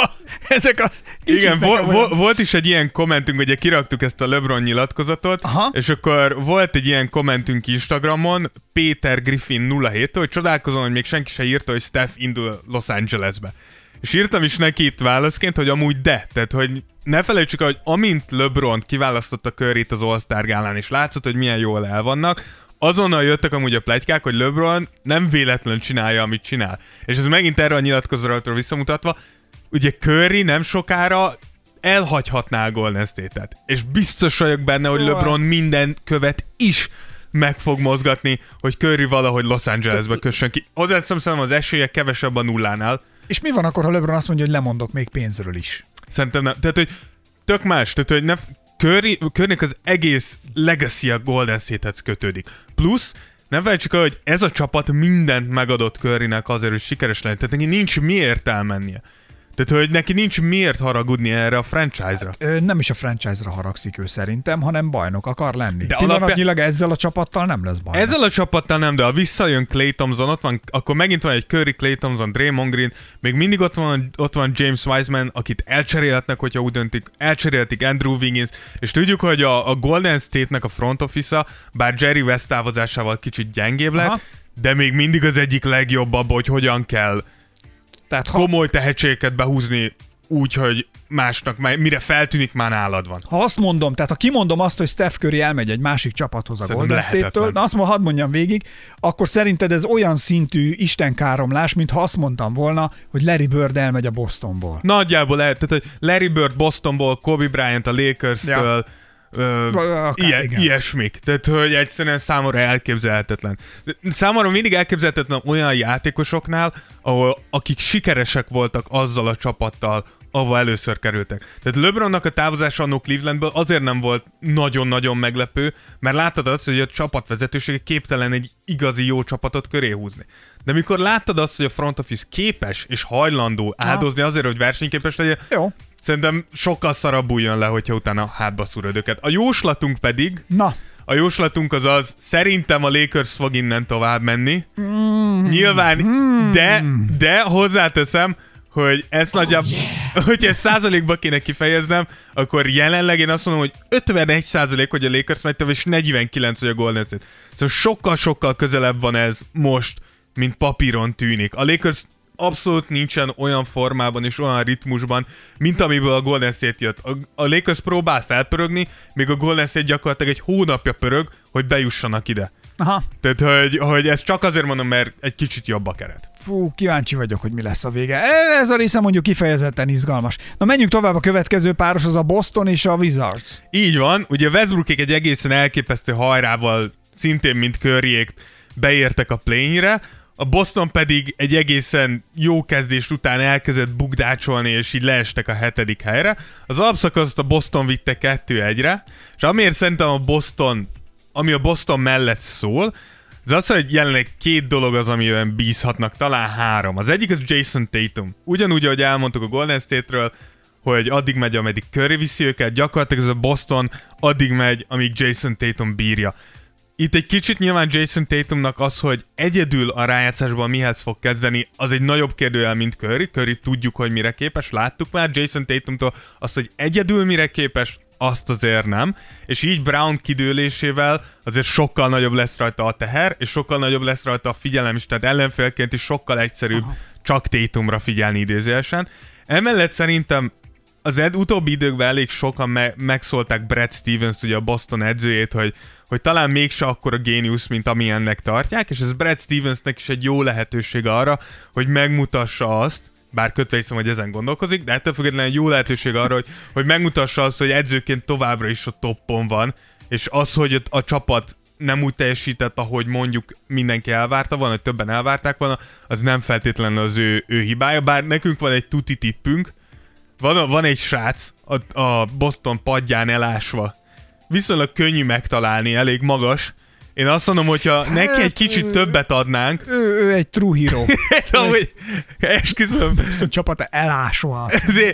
az igen, volt is egy ilyen kommentünk, ugye kiraktuk ezt a LeBron nyilatkozatot, és akkor volt egy ilyen kommentünk Instagramon, Péter Griffin 07-től, hogy csodálkozom, hogy még senki se írta, hogy Steph indul Los Angelesbe. És írtam is neki itt válaszként, hogy amúgy tehát, hogy ne felejtsük el, hogy amint LeBron kiválasztotta Curryt az All-Star gálán, és látszott, hogy milyen jól el vannak, azonnal jöttek amúgy a pletykák, hogy LeBron nem véletlenül csinálja, amit csinál. És ez megint erre a nyilatkozatról visszamutatva, ugye Curry nem sokára elhagyhatná a Golden State-et. És biztos vagyok benne, hogy LeBron minden követ is meg fog mozgatni, hogy Curry valahogy Los Angelesbe kössön ki. Hozzáteszem, az esélyek kevesebb a nullánál. És mi van akkor, ha LeBron azt mondja, hogy lemondok még pénzről is? Szerintem nem. Tehát, hogy tök más. Tehát, hogy Currynek az egész legacy a Golden State-hez kötődik. Plusz, nem felejtsük el, hogy ez a csapat mindent megadott Currynek azért, hogy sikeres legyen. Tehát neki nincs miért elmennie. Tehát, hogy neki nincs miért haragudni erre a franchise-ra. Hát, nem is a franchise-ra haragszik ő szerintem, hanem bajnok akar lenni. De pillanatnyilag ezzel a csapattal nem lesz baj. Ezzel a csapattal nem, de ha visszajön Klay Thompson, ott van, akkor megint van egy Curry, Klay Thompson, Draymond Green, még mindig ott van James Wiseman, akit elcserélhetnek, hogyha úgy döntik, elcserélhetik Andrew Wiggins, és tudjuk, hogy a Golden State-nek a front office-a, bár Jerry West távozásával kicsit gyengébb lett, de még mindig az egyik legjobb abban, hogy hogyan kell komoly tehetségeket behúzni úgy, hogy másnak, mire feltűnik, már nálad van. Ha azt mondom, tehát ha kimondom azt, hogy Steph Curry elmegy egy másik csapathoz a Golden State-től, de azt hadd mondjam végig, akkor szerinted ez olyan szintű istenkáromlás, mintha azt mondtam volna, hogy Larry Bird elmegy a Bostonból. Nagyjából tehát hogy Larry Bird Bostonból, Kobe Bryant a Lakers-től, ilyesmik. Tehát, hogy egyszerűen számomra elképzelhetetlen. Számomra mindig elképzelhetetlen olyan játékosoknál, akik sikeresek voltak azzal a csapattal, ahol először kerültek. Tehát LeBronnak a távozása annó Clevelandből azért nem volt nagyon-nagyon meglepő, mert láttad azt, hogy a csapatvezetősége képtelen egy igazi jó csapatot köré húzni. De mikor láttad azt, hogy a front office képes és hajlandó áldozni azért, hogy versenyképes legyen, szerintem sokkal szarabbul jön le, hogyha utána hátba szúrod őket. A jóslatunk pedig... A jóslatunk az, szerintem a Lakers fog innen tovább menni. Nyilván, de hozzáteszem, hogy ezt nagyjából, hogyha ezt százalékba kéne kifejeznem, akkor jelenleg én azt mondom, hogy 51%, hogy a Lakers megy tovább, és 49, hogy a Golden State. Szóval sokkal-sokkal közelebb van ez most, mint papíron tűnik. A Lakers abszolút nincsen olyan formában és olyan ritmusban, mint amiből a Golden State jött. A Lakers próbál felpörögni, még a Golden State gyakorlatilag egy hónapja pörög, hogy bejussanak ide. Tehát, hogy ezt csak azért mondom, mert egy kicsit jobb a keret. Kíváncsi vagyok, hogy mi lesz a vége. Ez a része mondjuk kifejezetten izgalmas. Na menjünk tovább, a következő páros az a Boston és a Wizards. Így van, ugye Westbrookék egy egészen elképesztő hajrával, szintén mint Curryék beértek a play-inre, a Boston pedig egy egészen jó kezdés után elkezdett bukdácsolni, és így leestek a 7. helyre. Az alapszakaszt a Boston vitte 2-1-re, és amiért szerintem ami a Boston mellett szól, az, hogy jelenleg 2 dolog az, amiben bízhatnak, talán 3. Az egyik az Jason Tatum. Ugyanúgy, ahogy elmondtuk a Golden State-ről, hogy addig megy, ameddig Curry viszi őket, gyakorlatilag ez a Boston addig megy, amíg Jason Tatum bírja. Itt egy kicsit nyilván Jason Tatumnak az, hogy egyedül a rájátszásban mihez fog kezdeni, az egy nagyobb kérdőjel, mint Curry. Curry tudjuk, hogy mire képes, láttuk már Jason Tatumtól azt, hogy egyedül mire képes, azt azért nem, és így Brown kidőlésével azért sokkal nagyobb lesz rajta a teher, és sokkal nagyobb lesz rajta a figyelem is, tehát ellenfélként is sokkal egyszerűbb csak Tatumra figyelni idézőjelesen. Emellett szerintem az utóbbi időkben elég sokan megszólták Brad Stevens, ugye a Boston edzőjét, hogy talán mégse akkora géniusz, mint amilyennek tartják, és ez Brad Stevensnek is egy jó lehetőség arra, hogy megmutassa azt, bár kötve hiszem, hogy ezen gondolkozik, de ettől függetlenül egy jó lehetőség arra, hogy megmutassa azt, hogy edzőként továbbra is a toppon van, és az, hogy a csapat nem úgy teljesített, ahogy mondjuk mindenki elvárta volna, hogy többen elvárták volna, az nem feltétlenül az ő hibája, bár nekünk van egy tuti tippünk, van egy srác a Boston padján elásva, viszonylag könnyű megtalálni, elég magas. Én azt mondom, hogyha neki egy kicsit többet adnánk... Ő egy true hero. Esküszöm. Boston csapata elásva.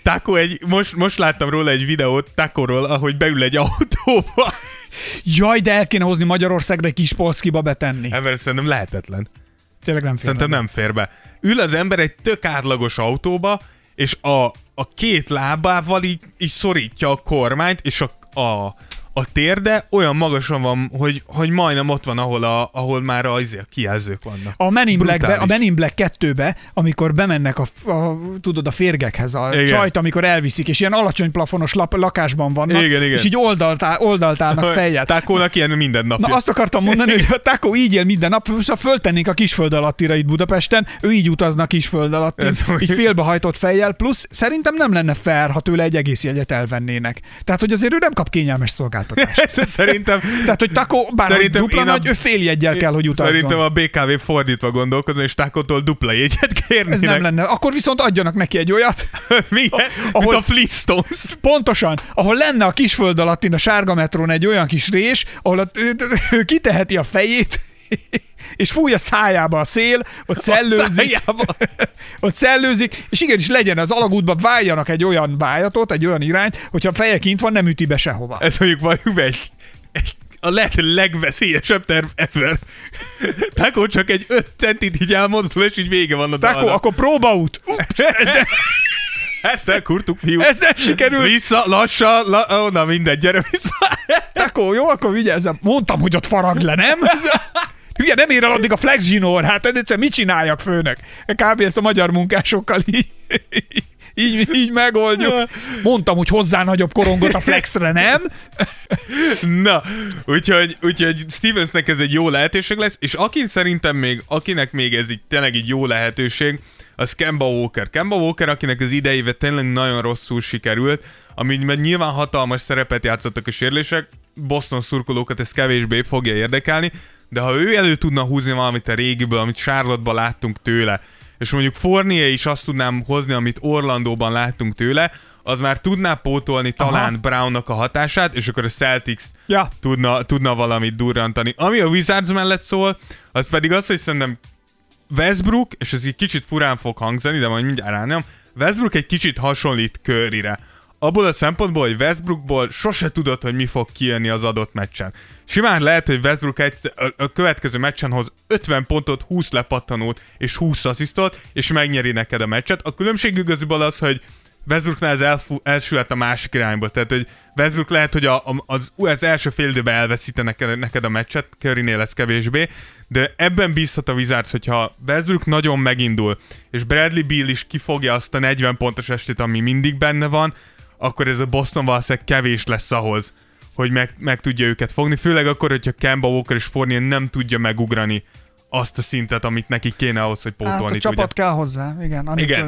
Taco most láttam róla egy videót Tacoról, ahogy beül egy autóba. Jaj, de el kéne hozni Magyarországra egy kis polszkiba betenni. Ember szerintem lehetetlen. Tényleg nem fér Szerintem nem fér be. Ül az ember egy tök átlagos autóba, és a két lábával így szorítja a kormányt, és a térde olyan magasan van, hogy majdnem ott van, ahol már a kijelzők vannak. A Men in Black 2-be, amikor bemennek tudod, a férgekhez, a csajt, amikor elviszik, és ilyen alacsony plafonos lakásban vannak, igen. és így oldalt állnak fejjel. Takónak ilyen minden napja. Na azt akartam mondani, hogy a Taco így él minden nap, és ha föltennénk a Kisföld alattira itt Budapesten, ő így utazna Kisföld alatt, így félbehajtott fejjel, plusz szerintem nem lenne fair, ha tőle egy egész jegyet elvennének. Tehát, hogy azért ő nem kap kényelmes szolgáltatást. Szerintem... Tehát, hogy Taco, bár dupla nagy, ő fél jeggyel kell, hogy utazzon. Szerintem a BKV fordítva gondolkodna, és Tacótól dupla jegyet kérnének. Ez nem lenne. Akkor viszont adjanak neki egy olyat. Milyen? Ahol, mint a Flintstones. Pontosan. Ahol lenne a Kisföld alattin a sárga metrón egy olyan kis rés, ahol ő kiteheti a fejét, és fúj a szájába a szél, ott szellőzik, és igenis legyen az alagútban, váljanak egy olyan vájatot, egy olyan irányt, hogyha a feje kint van, nem üti be sehova. Ez mondjuk valójában a legveszélyesebb terv ever. Taco csak egy 5 centit így elmozdul, és így vége van a dalnak. Taco, akkor próbaút! Ezt elkurtuk, fiú. Ez nem sikerült. Vissza, lassan, na mindegy, gyere vissza. Taco, jó, akkor vigyázzam. Mondtam, hogy ott faragd le, nem? Hülye, nem ér el addig a flex zsinór, hát egyszer mit csináljak, főnök? Kb. Ezt a magyar munkásokkal így megoldjuk. Mondtam, hogy hozzá nagyobb korongot a flexre, nem? Na, úgyhogy Stevensnek ez egy jó lehetőség lesz, és akinek még ez így tényleg egy jó lehetőség, az Kemba Walker. Kemba Walker, akinek az idejéve tényleg nagyon rosszul sikerült, amiben nyilván hatalmas szerepet játszottak a sérülések, Boston szurkolókat ez kevésbé fogja érdekelni, de ha ő elő tudna húzni valamit a régiből, amit Charlotte-ban láttunk tőle, és mondjuk Fournier is azt tudnám hozni, amit Orlandóban láttunk tőle, az már tudná pótolni talán Brownnak a hatását, és akkor a Celtics tudna valamit durrantani. Ami a Wizards mellett szól, az pedig az, hogy szerintem Westbrook, és ez egy kicsit furán fog hangzani, de majd mindjárt ránem, Westbrook egy kicsit hasonlít Curryre. Abból a szempontból, hogy Westbrookból sose tudod, hogy mi fog kijönni az adott meccsen. Simán lehet, hogy Westbrook a következő meccsen hoz 50 pontot, 20 lepattanót és 20 asszisztot, és megnyeri neked a meccset. A különbség igazából az, hogy Westbrooknál ez elsüllyedt a másik irányba. Tehát, hogy Westbrook lehet, hogy az első fél időben elveszíte neked a meccset, Currynél lesz kevésbé, de ebben bízhat a Wizards, hogyha Westbrook nagyon megindul, és Bradley Beal is kifogja azt a 40 pontos estét, ami mindig benne van, akkor ez a Boston valószínűleg kevés lesz ahhoz, hogy meg tudja őket fogni, főleg akkor, hogyha Kemba Walker és Fournier nem tudja megugrani azt a szintet, amit nekik kéne ahhoz, hogy pótolni tudja. A csapat kell hozzá, igen. Igen,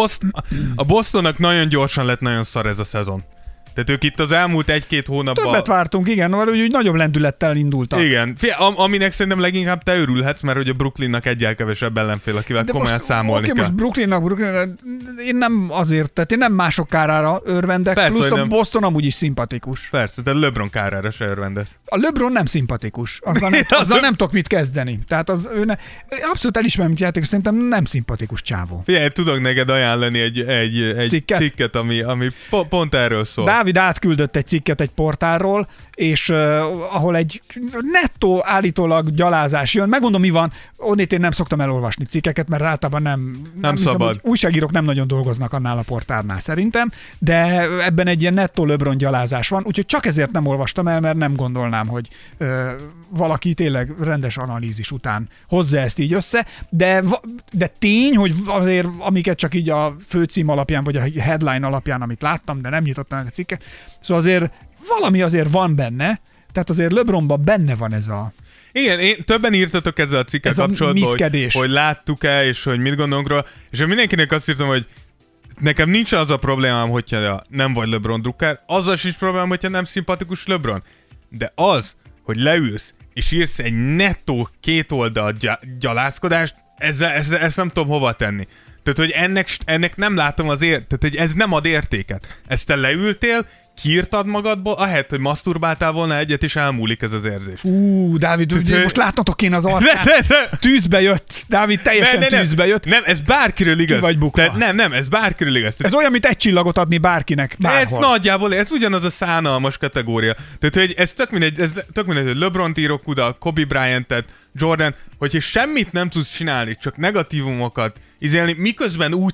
a Bostonnak nagyon gyorsan lett nagyon szar ez a szezon. Tehát ők itt az elmúlt 1-2 hónapban... Többet vártunk, igen, úgy nagyobb lendülettel indultak. Igen, aminek szerintem leginkább te örülhetsz, mert hogy a Brooklynnak egyel kevesebb ellenfél, akivel komolyan számolni kell. Most Brooklynnak, én nem azért, tehát én nem mások kárára örvendek, persze, plusz a Boston amúgy is szimpatikus. Persze, tehát LeBron kárára se örvendesz. A LeBron nem szimpatikus, azzal nem tudok mit kezdeni. Tehát abszolút elismerem, mint játékos, szerintem nem szimpatikus csávó. Figyelj, tudok neked ajánlani egy cikket, ami pont erről szól. Dávid átküldött egy cikket egy portálról, és ahol egy nettó állítólag gyalázás jön. Megmondom, mi van, onnét én nem szoktam elolvasni cikkeket, mert általában nem szabad. Hiszem, újságírók nem nagyon dolgoznak annál a portálnál szerintem, de ebben egy ilyen nettó LeBron gyalázás van, úgyhogy csak ezért nem olvastam el, mert nem gondolnám, hogy valaki tényleg rendes analízis után hozza ezt így össze, de tény, hogy azért amiket csak így a főcím alapján, vagy a headline alapján, amit láttam, de nem nyitottam a cikket, szóval azért valami azért van benne, tehát azért LeBronban benne van ez a... Igen, többen írtatok ezzel a cikkel kapcsolatban, hogy láttuk-e, és hogy mit gondolunk róla, és én mindenkinek azt írtam, hogy nekem nincs az a problémám, hogyha nem vagy LeBron drukker, azzal sincs problémám, hogyha nem szimpatikus LeBron. De az, hogy leülsz, és írsz egy nettó kétoldal gyalázkodást, ezt nem tudom hova tenni. Tehát, hogy ennek nem látom tehát, hogy ez nem ad értéket. Ezt te leültél, kiírtad magadból, ahelyett, hogy maszturbáltál volna egyet, és elmúlik ez az érzés. Dávid, most látnotok én az arcát. Tűzbe jött. Dávid teljesen tűzbe jött. Nem, ez bárkiről igaz. Ki vagy bukva. Nem, ez bárkiről igaz. Ez olyan, mint egy csillagot adni bárkinek. Bárhol. Ez nagyjából, ez ugyanaz a szánalmas kategória. Tehát, hogy ez tök mindegy, hogy LeBron-t írok oda, Kobe Bryant-et, Jordan, hogyha semmit nem tudsz csinálni, csak negatívumokat izélni, miközben úgy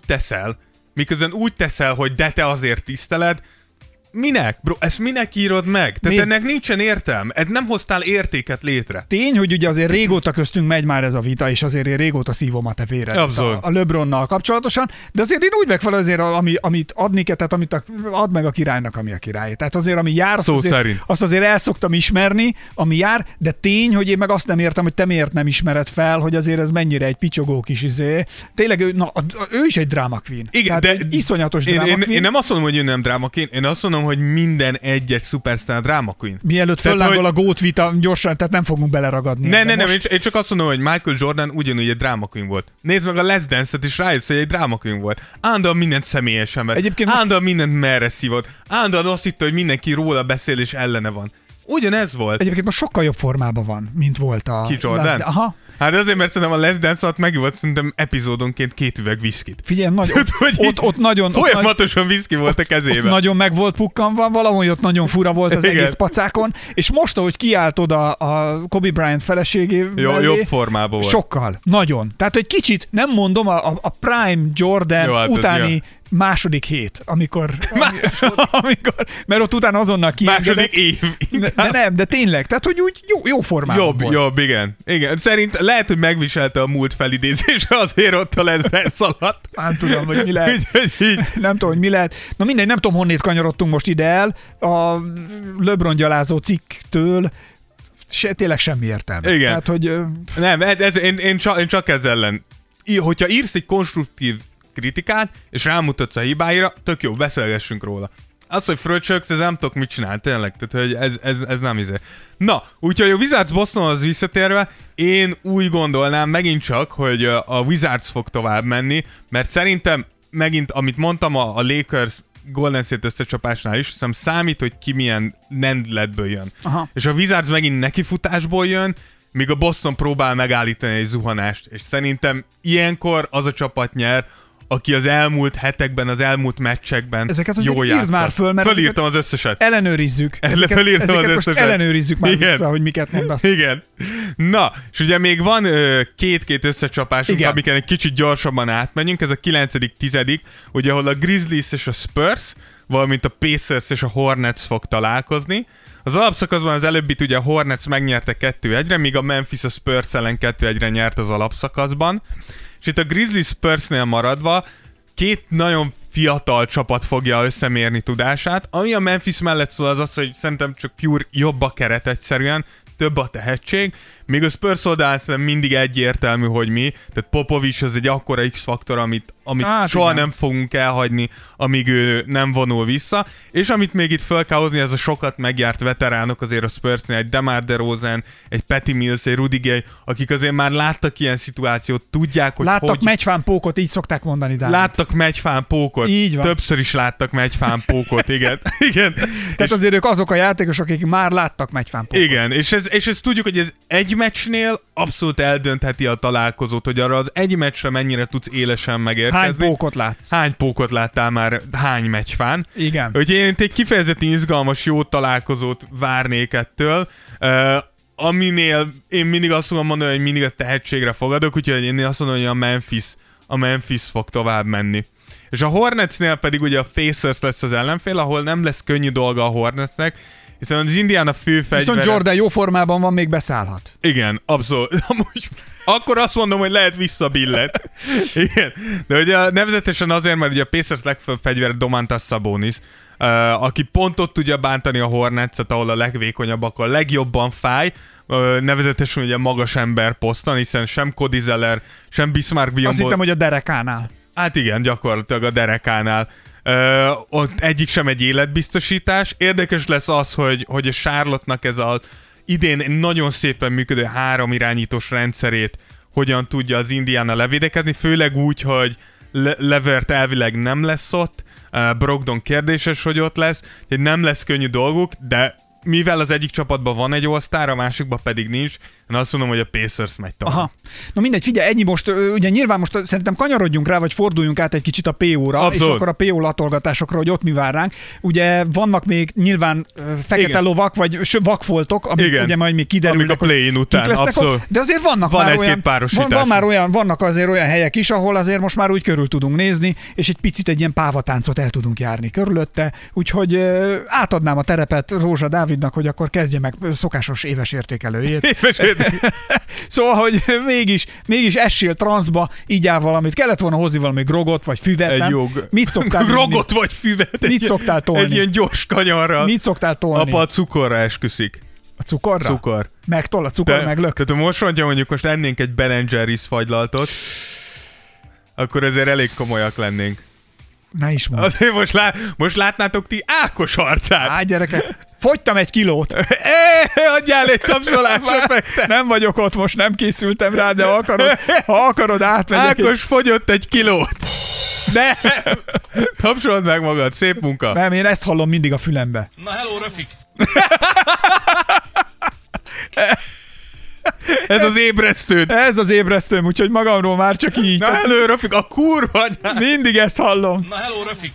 teszel, hogy de te azért tiszteled, minek? Bro, ezt minek írod meg? Tehát ennek nincsen értelme. Nem hoztál értéket létre. Tény, hogy ugye azért régóta köztünk megy már ez a vita, és azért én régóta szívom a te véred a LeBronnal kapcsolatosan, de azért én úgy megfelel azért, amit adni kell, tehát amit ad meg a királynak, ami a király. Tehát azért, ami jár, azt azért el szoktam ismerni, ami jár, de tény, hogy én meg azt nem értem, hogy te miért nem ismered fel, hogy azért ez mennyire egy picsogó kis izé. Tényleg ő is egy drama queen. Igen, de iszonyatos drama queen. Én nem azt mondom, hogy ő nem drama queen, én azt mondom, hogy minden egyes szupersztár drama queen. Mielőtt föllángol a GOAT vita gyorsan, tehát nem fogunk beleragadni. Nem, én csak azt mondom, hogy Michael Jordan ugyanúgy egy drama queen volt. Nézd meg a Last Dance-et, és rájössz, hogy egy drama queen volt. Állandóan mindent személyesen vett. Állandóan mindent merre szívott. Állandóan azt hitte, hogy mindenki róla beszél, és ellene van. Ugyanez volt. Egyébként most sokkal jobb formában van, mint volt a... Ki Jordan? Aha. Hát azért, mert szerintem a Last Dance alatt megivott szerintem epizódonként 2 üveg viszkit. Figyelj, ott nagyon... Folyamatosan viszki volt a kezében. Ott nagyon meg volt pukkanva, valahogy ott nagyon fura volt az egész pacákon, és most, ahogy kiállt oda a Kobe Bryant feleségével, jobb formában volt. Sokkal. Nagyon. Tehát, hogy kicsit, nem mondom, a Prime Jordan utáni második hét, amikor mert ott utána azonnal kiengedett. Második év. De tényleg, tehát hogy úgy jó formában volt. Jobb, igen. Szerint lehet, hogy megviselte a múlt felidézésre, azért ott a Last Dance alatt. Nem tudom, hogy mi lehet. Nem tudom, hogy mi lehet. Na mindegy, nem tudom, honnét kanyarodtunk most ide el. A LeBron gyalázó cikktől tényleg semmi értelme. Igen. Tehát, hogy... Nem, én csak ezzel ellen. Hogyha írsz egy konstruktív kritikát, és rámutatsz a hibáira, tök jó, beszélgessünk róla. Az, hogy fröccsöksz, ez nem tudok mit csinál, tényleg, tehát hogy ez nem izé. Na, úgyhogy a Wizards Bostonhoz visszatérve, én úgy gondolnám megint csak, hogy a Wizards fog tovább menni, mert szerintem megint, amit mondtam a Lakers Golden State összecsapásnál is, hiszem számít, hogy ki milyen lendületből jön. Aha. És a Wizards megint nekifutásból jön, míg a Boston próbál megállítani egy zuhanást, és szerintem ilyenkor az a csapat nyer, aki az elmúlt hetekben, az elmúlt meccsekben jól játszott. Már föl, mert fölírtam az összeset. Ellenőrizzük. Ezeket most ellenőrizzük már vissza, hogy miket mondasz. Igen. Na, és ugye még van két összecsapásunk, amiken egy kicsit gyorsabban átmenjünk. Ez a 9.-10., ugye ahol a Grizzlies és a Spurs, valamint a Pacers és a Hornets fog találkozni. Az alapszakaszban az előbbit ugye a Hornets megnyerte 2-1-re, míg a Memphis a Spurs ellen 2-1-re nyert az alapszakaszban. És itt a Grizzlies Spursnél maradva 2 nagyon fiatal csapat fogja összemérni tudását, ami a Memphis mellett szól az, hogy szerintem csak pure jobb a keret egyszerűen, több a tehetség, még a Spurs oldalán szerintem mindig egyértelmű, hogy mi, tehát Popovich az egy akkora X-faktor, amit soha nem fogunk elhagyni, amíg ő nem vonul vissza, és amit még itt fel kell hozni, ez a sokat megjárt veteránok azért a Spursnél, egy DeMar DeRozan, egy Patty Mills, egy Rudy Gay, akik azért már láttak ilyen szituációt, tudják, hogy láttak meccsfán pókot, így szokták mondani, Dávid. Láttak meccsfán pókot, többször is láttak meccsfán pókot, igen. Tehát azért ők azok a játékosok, akik már láttak meccsfán pókot. Igen, és ezt tudjuk, hogy ez egy meccsnél abszolút eldöntheti a találkozót, hogy arra az egy meccsre mennyire tudsz élesen megérkezni. Hány pókot látsz? Hány pókot láttál már hány meccsfán? Igen. Úgyhogy én egy kifejezetten izgalmas, jó találkozót várnék ettől, aminél én mindig azt tudom mondani, hogy mindig a tehetségre fogadok, úgyhogy én azt mondom, hogy a Memphis fog tovább menni. És a Hornetsnél pedig ugye a Pacers lesz az ellenfél, ahol nem lesz könnyű dolga a Hornetsnek, hiszen az Indiana főfegyvere... Viszont Jordan jó formában van, még beszállhat. Igen, abszolút. Amúgy akkor azt mondom, hogy lehet visszabillet. Igen. De ugye nevezetesen azért, mert ugye a Pacers legfőbb fegyvere Domantas Sabonis, aki pont ott tudja bántani a Hornetset, ahol a legvékonyabbak, a legjobban fáj, nevezetesen ugye magas ember poszton, hiszen sem Cody Zeller, sem Bismarck Biyombo... Azt hittem, hogy a derekánál. Hát igen, gyakorlatilag a derekánál. Ott egyik sem egy életbiztosítás. Érdekes lesz az, hogy a Charlotte-nak ez az idén nagyon szépen működő 3 irányítós rendszerét hogyan tudja az Indiana levédekezni, főleg úgy, hogy Levert elvileg nem lesz ott, Brogdon kérdéses, hogy ott lesz, hogy nem lesz könnyű dolguk, de mivel az egyik csapatban van egy All-Star, a másikban pedig nincs, én azt mondom, hogy a Pacers megy tovább. Aha. Na mindegy, figyelj, ennyi most, ugye nyilván most szerintem kanyarodjunk rá, vagy forduljunk át egy kicsit a PO-ra, és akkor a PO latolgatásokra, hogy ott mi vár ránk. Ugye vannak még nyilván fekete igen. lovak, vagy vakfoltok, amik igen. ugye majd még kiderülnek, amik a play-in után, abszolút. Ott, de azért vannak van már olyan, vannak azért olyan helyek is, ahol azért most már úgy körül tudunk nézni, és egy picit egy ilyen pávatáncot el tudunk járni körülötte, úgyhogy átadnám a terepet Rózsa Dávidnak, hogy akkor kezdje meg szokásos éves értékelőjét. Szóval, hogy mégis essél transzba, így áll valamit. Kellett volna hozni valami grogot, vagy füvet, nem? Mit szoktál grogot vagy füvet? Mit szoktál tolni? Egy ilyen gyors kanyarra. Mit szoktál tolni? Apa a cukorra esküszik. A cukorra? Cukor. Megtol, a cukor meglök. Tehát most mondjuk most ennénk egy Ben & Jerry's fagylaltot, akkor ezért elég komolyak lennénk. Ne is mondd. Azért most látnátok ti Ákos arcát. Gyerekek, fogytam 1 kilót. Adjál egy tapsolásra. Nem vagyok ott, most nem készültem rá, de ha akarod átmegyek. Ákos fogyott 1 kilót. De tapsold meg magad, szép munka. Nem, én ezt hallom mindig a fülembe. Na hello, Rafik. Ez az ébresztőd. Ez az ébresztőm, úgyhogy magamról már csak így. Na hello, Rafik, a kurva. Mindig ezt hallom. Na hello, Rafik.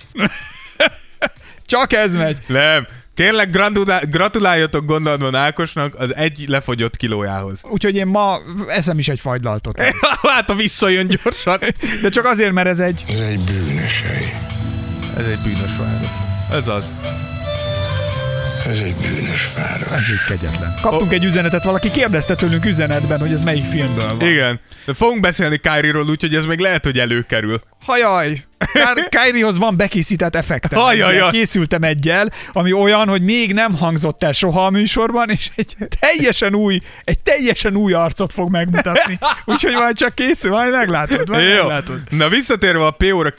Csak ez megy. Nem. Kérlek, gratuláljatok gondolatban Ákosnak az 1 lefogyott kilójához. Úgyhogy én ma eszem is egy fagylaltot. Hát, ha visszajön gyorsan. De csak azért, mert ez egy... Ez egy bűnös hely. Ez egy bűnös város. Ez az. Ez egy bűnös város. Ez így kegyetlen. Kaptunk egy üzenetet, valaki kérdezte tőlünk üzenetben, hogy ez melyik filmből van. Igen. De fogunk beszélni Kyrie-ról, úgyhogy ez még lehet, hogy előkerül. Hajaj! Kyrie-hoz van bekészített effektem. Hajaj! Készültem egyel, ami olyan, hogy még nem hangzott el soha a műsorban, és egy teljesen új arcot fog megmutatni. Úgyhogy majd csak készül, majd meglátod. Meglátod. Na visszatérve a PO-ra,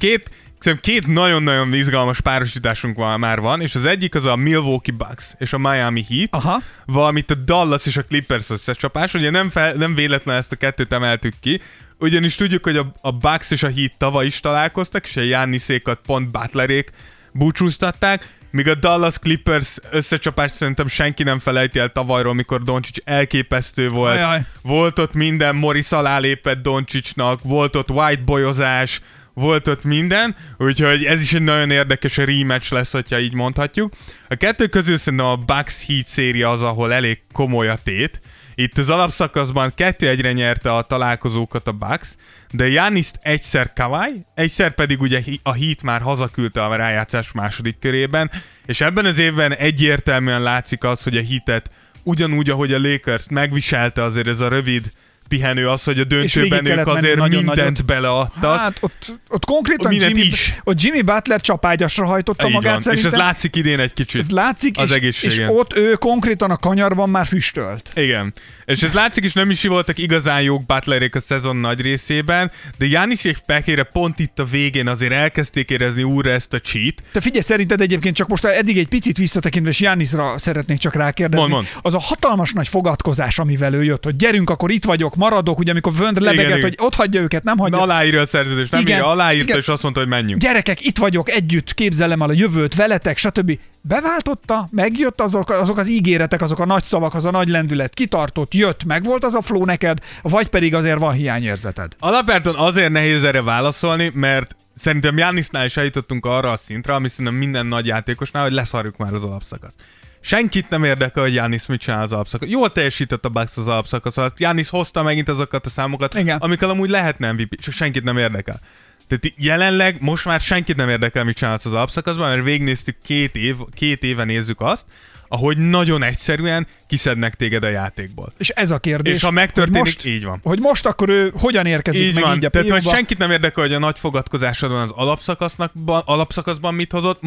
két nagyon-nagyon izgalmas párosításunk van, és az egyik az a Milwaukee Bucks és a Miami Heat, aha. valamint a Dallas és a Clippers összecsapás. Ugye nem véletlen ezt a kettőt emeltük ki, ugyanis tudjuk, hogy a Bucks és a Heat tavaly is találkoztak, és a Giannisékat pont Butlerék búcsúztatták, míg a Dallas Clippers összecsapást szerintem senki nem felejti el tavalyról, mikor Doncic elképesztő volt. Ajaj. Volt ott minden, Morris alá lépett Doncicnak, volt ott whiteboyozás, volt ott minden, úgyhogy ez is egy nagyon érdekes rematch lesz, hogyha így mondhatjuk. A kettő közül szerintem a Bucks Heat széria az, ahol elég komoly a tét. Itt az alapszakaszban 2-1-re nyerte a találkozókat a Bucks, de Gianniszt egyszer Kawhi, egyszer pedig ugye a Heat már hazaküldte a rájátszás második körében, és ebben az évben egyértelműen látszik az, hogy a Heatet ugyanúgy, ahogy a Lakers megviselte azért ez a rövid pihenő, az, hogy a döntőben ők azért mindent beleadtak. Hát ott konkrétan Jimmy Butler csapágyasra hajtotta így magát van. szerintem. És ez látszik idén egy kicsit. Ez látszik, az és ott ő konkrétan a kanyarban már füstölt. Igen. És ez látszik, és nem is voltak igazán jók Butlerék a szezon nagy részében, de Giannisék pekére pont itt a végén azért elkezdték érezni újra ezt a cheat. Te figyelj, szerinted egyébként csak most eddig egy picit visszatekintve, és Giannisra szeretnék csak rákérdezni. Mond. Az a hatalmas nagy fogadkozás, amivel ő jött, hogy gyerünk, akkor itt vagyok, maradok, ugye amikor Vönd lebegett, hogy ott hagyja őket, nem hagyja. Aláírja a szerződést, nem írja, aláírta, és azt mondta, hogy menjünk. Gyerekek, itt vagyok, együtt képzelem el a jövőt veletek, stb. Beváltotta, megjött azok az ígéretek, azok a nagy szavak, az a nagy lendület, kitartott, jött, meg volt az a flow neked, vagy pedig azért van hiányérzeted? Alapvetően azért nehéz erre válaszolni, mert szerintem Giannisnál is eljutottunk arra a szintre, ami szerintem minden nagy játékosnál, hogy leszarjuk már az alapszakasz. Senkit nem érdekel, hogy Giannis mit csinál az alapszakasz. Jól teljesített a Bucks az alapszakasz alatt. Giannis hozta megint azokat a számokat, amikkel amúgy lehetne MVP, csak senkit nem érdekel. Tehát jelenleg most már senkit nem érdekel, mit csinálsz az alapszakaszban, mert végignéztük 2 éve nézzük azt, ahogy nagyon egyszerűen kiszednek téged a játékból. És ez a kérdés. És ha megtörténik, most, így van. Hogy most akkor ő hogyan érkezik így meg van. így a Tehát, hogy senkit nem érdekel, hogy a nagy fogadkozásodban az alapszakaszban mit hozott,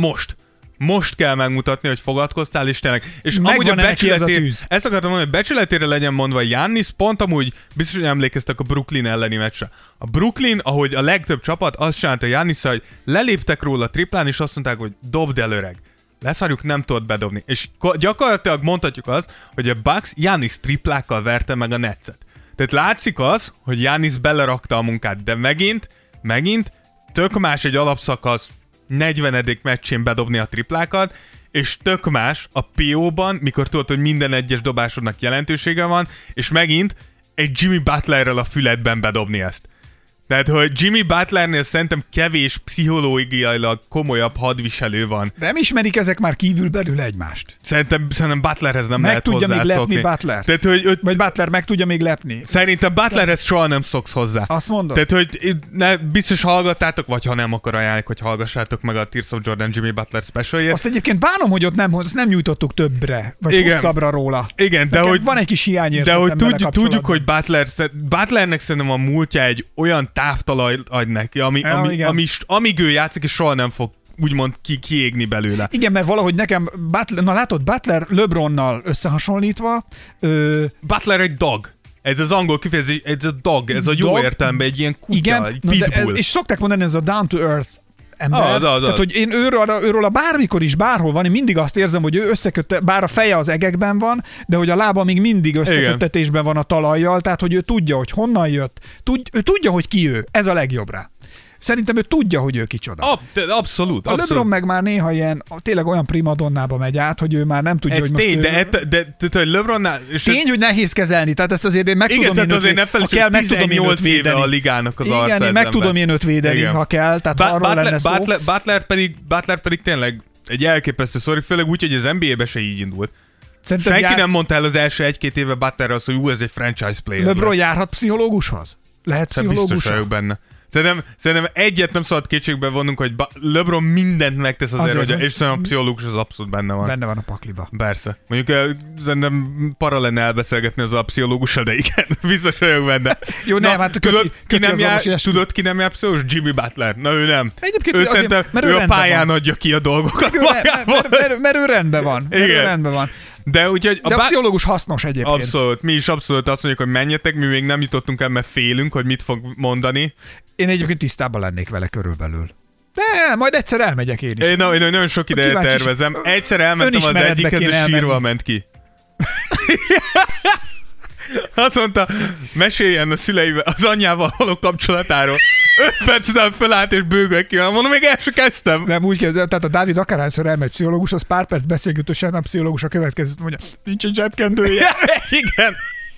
most kell megmutatni, hogy fogadkoztál, és tényleg. És amúgy a ezt akartam mondani, hogy becsületére legyen mondva, Giannis pont amúgy biztos, hogy emlékeztek a Brooklyn elleni meccsre. A Brooklyn, ahogy a legtöbb csapat, azt csinálta Giannissal, hogy leléptek róla triplán, és azt mondták, hogy dobd el, öreg. Leszarjuk, nem tudod bedobni. És gyakorlatilag mondhatjuk azt, hogy a Bucks Giannis triplákkal verte meg a Netset. Tehát látszik az, hogy Giannis belerakta a munkát, de megint tök más egy alapszakasz 40. meccsén bedobni a triplákat, és tök más a PO-ban, mikor tudod, hogy minden egyes dobásodnak jelentősége van, és megint egy Jimmy Butlerrel a füledben bedobni ezt. Tehát, hogy Jimmy Butlernél szerintem kevés pszichológiailag komolyabb hadviselő van. Nem ismerik ezek már kívülbelül egymást? Szerintem Butlerhez nem lehet hozzászokni. Meg tudja még lepni Butler? Tehát, hogy vagy Butler meg tudja még lepni? Szerintem Butlerhez soha nem szoksz hozzá. Azt mondod? Tehát, hogy biztos hallgattátok, vagy ha nem, akkor ajánljuk, hogy hallgassátok meg a Tears of Jordan Jimmy Butler specialjét. Azt egyébként bánom, hogy ott nem nyújtottuk többre, vagy hosszabbra róla. Igen, de hogy van egy kis hiányérzetem. De hogy tudjuk, hogy Butlernek szerintem a múltja egy olyan távtalaj ad neki, amíg ő játszik, és soha nem fog úgymond kiégni belőle. Igen, mert valahogy nekem Butler LeBronnal összehasonlítva... Butler egy dog. Ez az angol kifejezés, ez a dog, ez a jó értelemben egy ilyen kutya, igen, egy pitbull. És szokták mondani, ez a down to earth ember. Tehát, hogy én őről bármikor is, bárhol van, én mindig azt érzem, hogy ő bár a feje az egekben van, de hogy a lába még mindig összeköttetésben van a talajjal, tehát hogy ő tudja, hogy honnan jött, ő tudja, hogy ki ő. Ez a legjobb rá. Szerintem ő tudja, hogy ő kicsoda. Abszolút. A LeBron meg már néha ilyen, tényleg olyan primadonnába megy át, hogy ő már nem tudja, ez hogy tény, most de LeBronnál... Tény, hogy nehéz kezelni, tehát ezt azért én meg tudom én azért ne felejtsük, 18 éve a ligának az arca. Igen, én meg tudom én őt védeni, ha kell, tehát arról lenne szó. Butler pedig tényleg egy elképesztő sztori, főleg úgy, hogy az NBA-be se így indult. Senki nem mondta el az első 1-2 éve Butlerről, hogy ez egy franchise player. LeBron járhat pszichológushoz? Lehet pszichológus? Biztos vagyok benne. Szerintem egyet nem szabad kétségbe vonnunk, hogy LeBron mindent megtesz azért, hogy, és szerintem a pszichológus az abszolút benne van. Benne van a pakliba. Persze. Mondjuk szerintem para lenne elbeszélgetni az a pszichológussal, de igen, biztos vagyok benne. Jó, nem, hát tudod, ki nem jár pszichológus? Jimmy Butler. Na ő nem. Egyébként ő szerintem ő a pályán adja ki a dolgokat. Mert ő rendben van. De a pszichológus hasznos egyébként. Abszolút. Mi is abszolút azt mondjuk, hogy menjetek, mi még nem jutottunk el, mert félünk, hogy mit fog mondani. Én egyébként tisztában lennék vele körülbelül. De majd egyszer elmegyek én is. Én nagyon sok ideje tervezem. Egyszer elmentem az egyikhez, és sírva ment ki. Azt mondta, meséljen a szüleivel, az anyjával való kapcsolatáról. 5 perc után fölállt és bőgök ki. Mondom, még el sem kezdtem. Nem úgy kell, tehát a Dávid akárhányszor elmegy pszichológushoz, pár perc beszélgetősen a pszichológus a következőt mondja, nincs egy zsebkendője. Igen.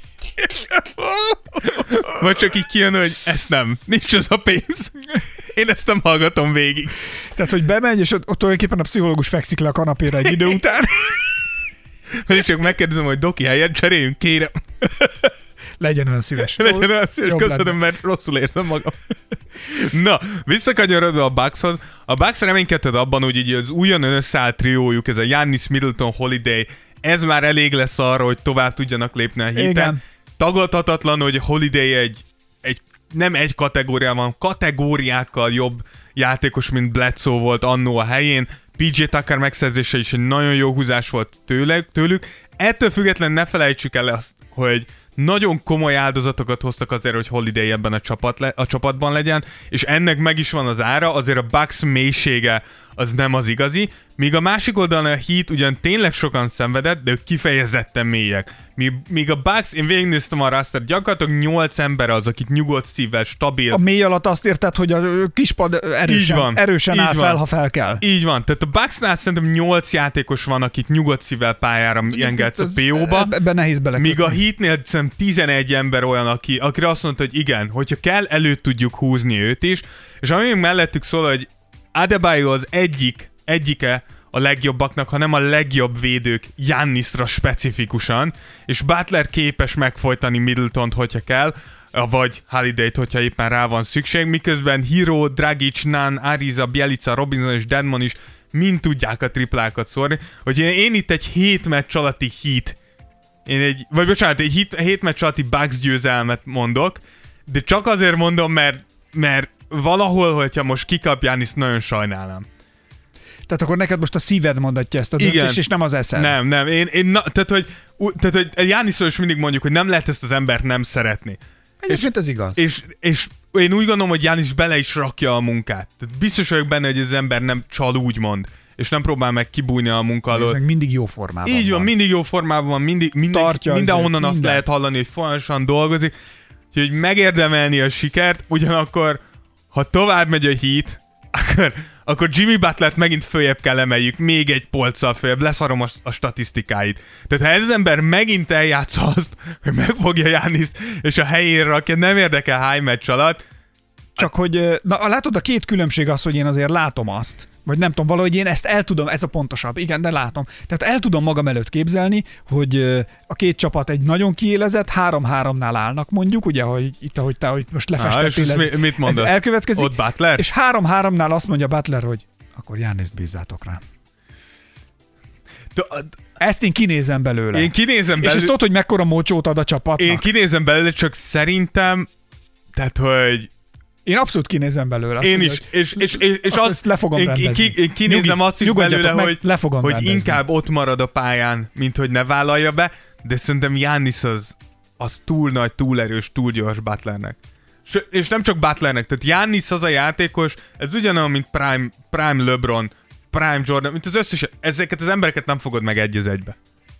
Vagy csak így kijön, hogy ezt nem. Nincs az a pénz. Én ezt nem hallgatom végig. Tehát, hogy bemegy, és ott tulajdonképpen a pszichológus fekszik le a kanapéra egy idő után. Vagy csak megkérdezem, hogy Doki, helyet cseréljünk, kérem. Legyen olyan szíves. Köszönöm, mert rosszul érzem magam. Na, visszakanyarodva a Buckshoz. A Bucks reménykedted abban, hogy így az újonnan összeállt triójuk, ez a Giannis, Middleton, Holiday, ez már elég lesz arra, hogy tovább tudjanak lépni a héten. Igen. Tagadhatatlan, hogy Holiday nem egy kategóriában, kategóriákkal jobb játékos, mint Bledsoe volt annó a helyén. PJ Tucker megszerzése is egy nagyon jó húzás volt tőlük. Ettől függetlenül ne felejtsük el azt, hogy nagyon komoly áldozatokat hoztak azért, hogy Holiday ebben a csapatban legyen, és ennek meg is van az ára, azért a Bucks mélysége az nem az igazi, míg a másik oldalon a Heat ugyan tényleg sokan szenvedett, de ők kifejezetten mélyek. Míg a Bucks, én végignéztem a roster, gyakorlatilag 8 ember az, akit nyugodt szívvel, stabil. A mély alatt azt érted, hogy a kispad erősen áll fel, ha fel kell. Így van. Tehát a Bucksnál szerintem 8 játékos van, akit nyugodt szívvel pályára engedsz a PO-ba. Ebben nehéz belekötni. Míg a Heatnél szerintem 11 ember olyan, akire azt mondta, hogy igen, hogyha kell, elő tudjuk húzni őt is. És ami még mellettük szól, hogy Adebayo az egyike a legjobbaknak, hanem a legjobb védők Giannisra specifikusan, és Butler képes megfojtani Middletont, hogyha kell, vagy Holidayt, hogyha éppen rá van szükség, miközben Hero, Dragic, Nunn, Ariza, Bjelica, Robinson és Dedmon is mind tudják a triplákat szórni. Hogy én itt egy 7 meccs alatti Heat, egy 7 meccs alatti Bucks győzelmet mondok, de csak azért mondom, mert valahol, hogyha most kikap Giannis, nagyon sajnálom. Tehát akkor neked most a szíved mondatja ezt a döntést, és nem az eszed. Nem. Tehát, hogy Giannisról is mindig mondjuk, hogy nem lehet ezt az embert nem szeretni. Egyébként ez igaz. És én úgy gondolom, hogy Giannis bele is rakja a munkát. Tehát biztos vagyok benne, hogy az ember nem csal úgymond, és nem próbál meg kibújni a munka alól. Ez meg mindig jó formában van. Így van, mindig jó formában van, mindenhonnan azt lehet hallani, hogy folyamatosan dolgozik. Úgyhogy megérdemelni a sikert, ugyanakkor, ha tovább megy a Heat, akkor Jimmy Butlert megint följebb kell emeljük, még egy polccal följebb, leszarom a statisztikáit. Tehát ha ez az ember megint eljátsza azt, hogy megfogja Gianniszt, és a helyére rakja, nem érdekel hány meccs alatt. Csak hogy, látod, a két különbség az, hogy én azért látom azt, vagy nem tudom, valahogy én ezt el tudom, ez a pontosabb, igen, de látom. Tehát el tudom magam előtt képzelni, hogy a két csapat egy nagyon kiélezett, 3-3-nál állnak mondjuk, ugye, hogy itt, ahogy te hogy most lefestettél, mit ez elkövetkezik. Ott Butler? És 3-3-nál azt mondja Butler, hogy akkor Giannist bízzátok rám. Ezt én kinézem belőle. Én kinézem belőle. És tudod, hogy mekkora mocsót ad a csapatnak? Én kinézem belőle, csak szerintem, tehát, hogy én abszolút kinézem belőle. Én is, és azt le fogom rendezni. Én kinézem azt is belőle, hogy inkább ott marad a pályán, mint hogy ne vállalja be, de szerintem Giannis az túl nagy, túl erős, túl gyors Butlernek. És nem csak Butlernek, tehát Giannis az a játékos, ez ugyanolyan, mint Prime LeBron, Prime Jordan, mint az összes, ezeket az embereket nem fogod meg egy az egybe.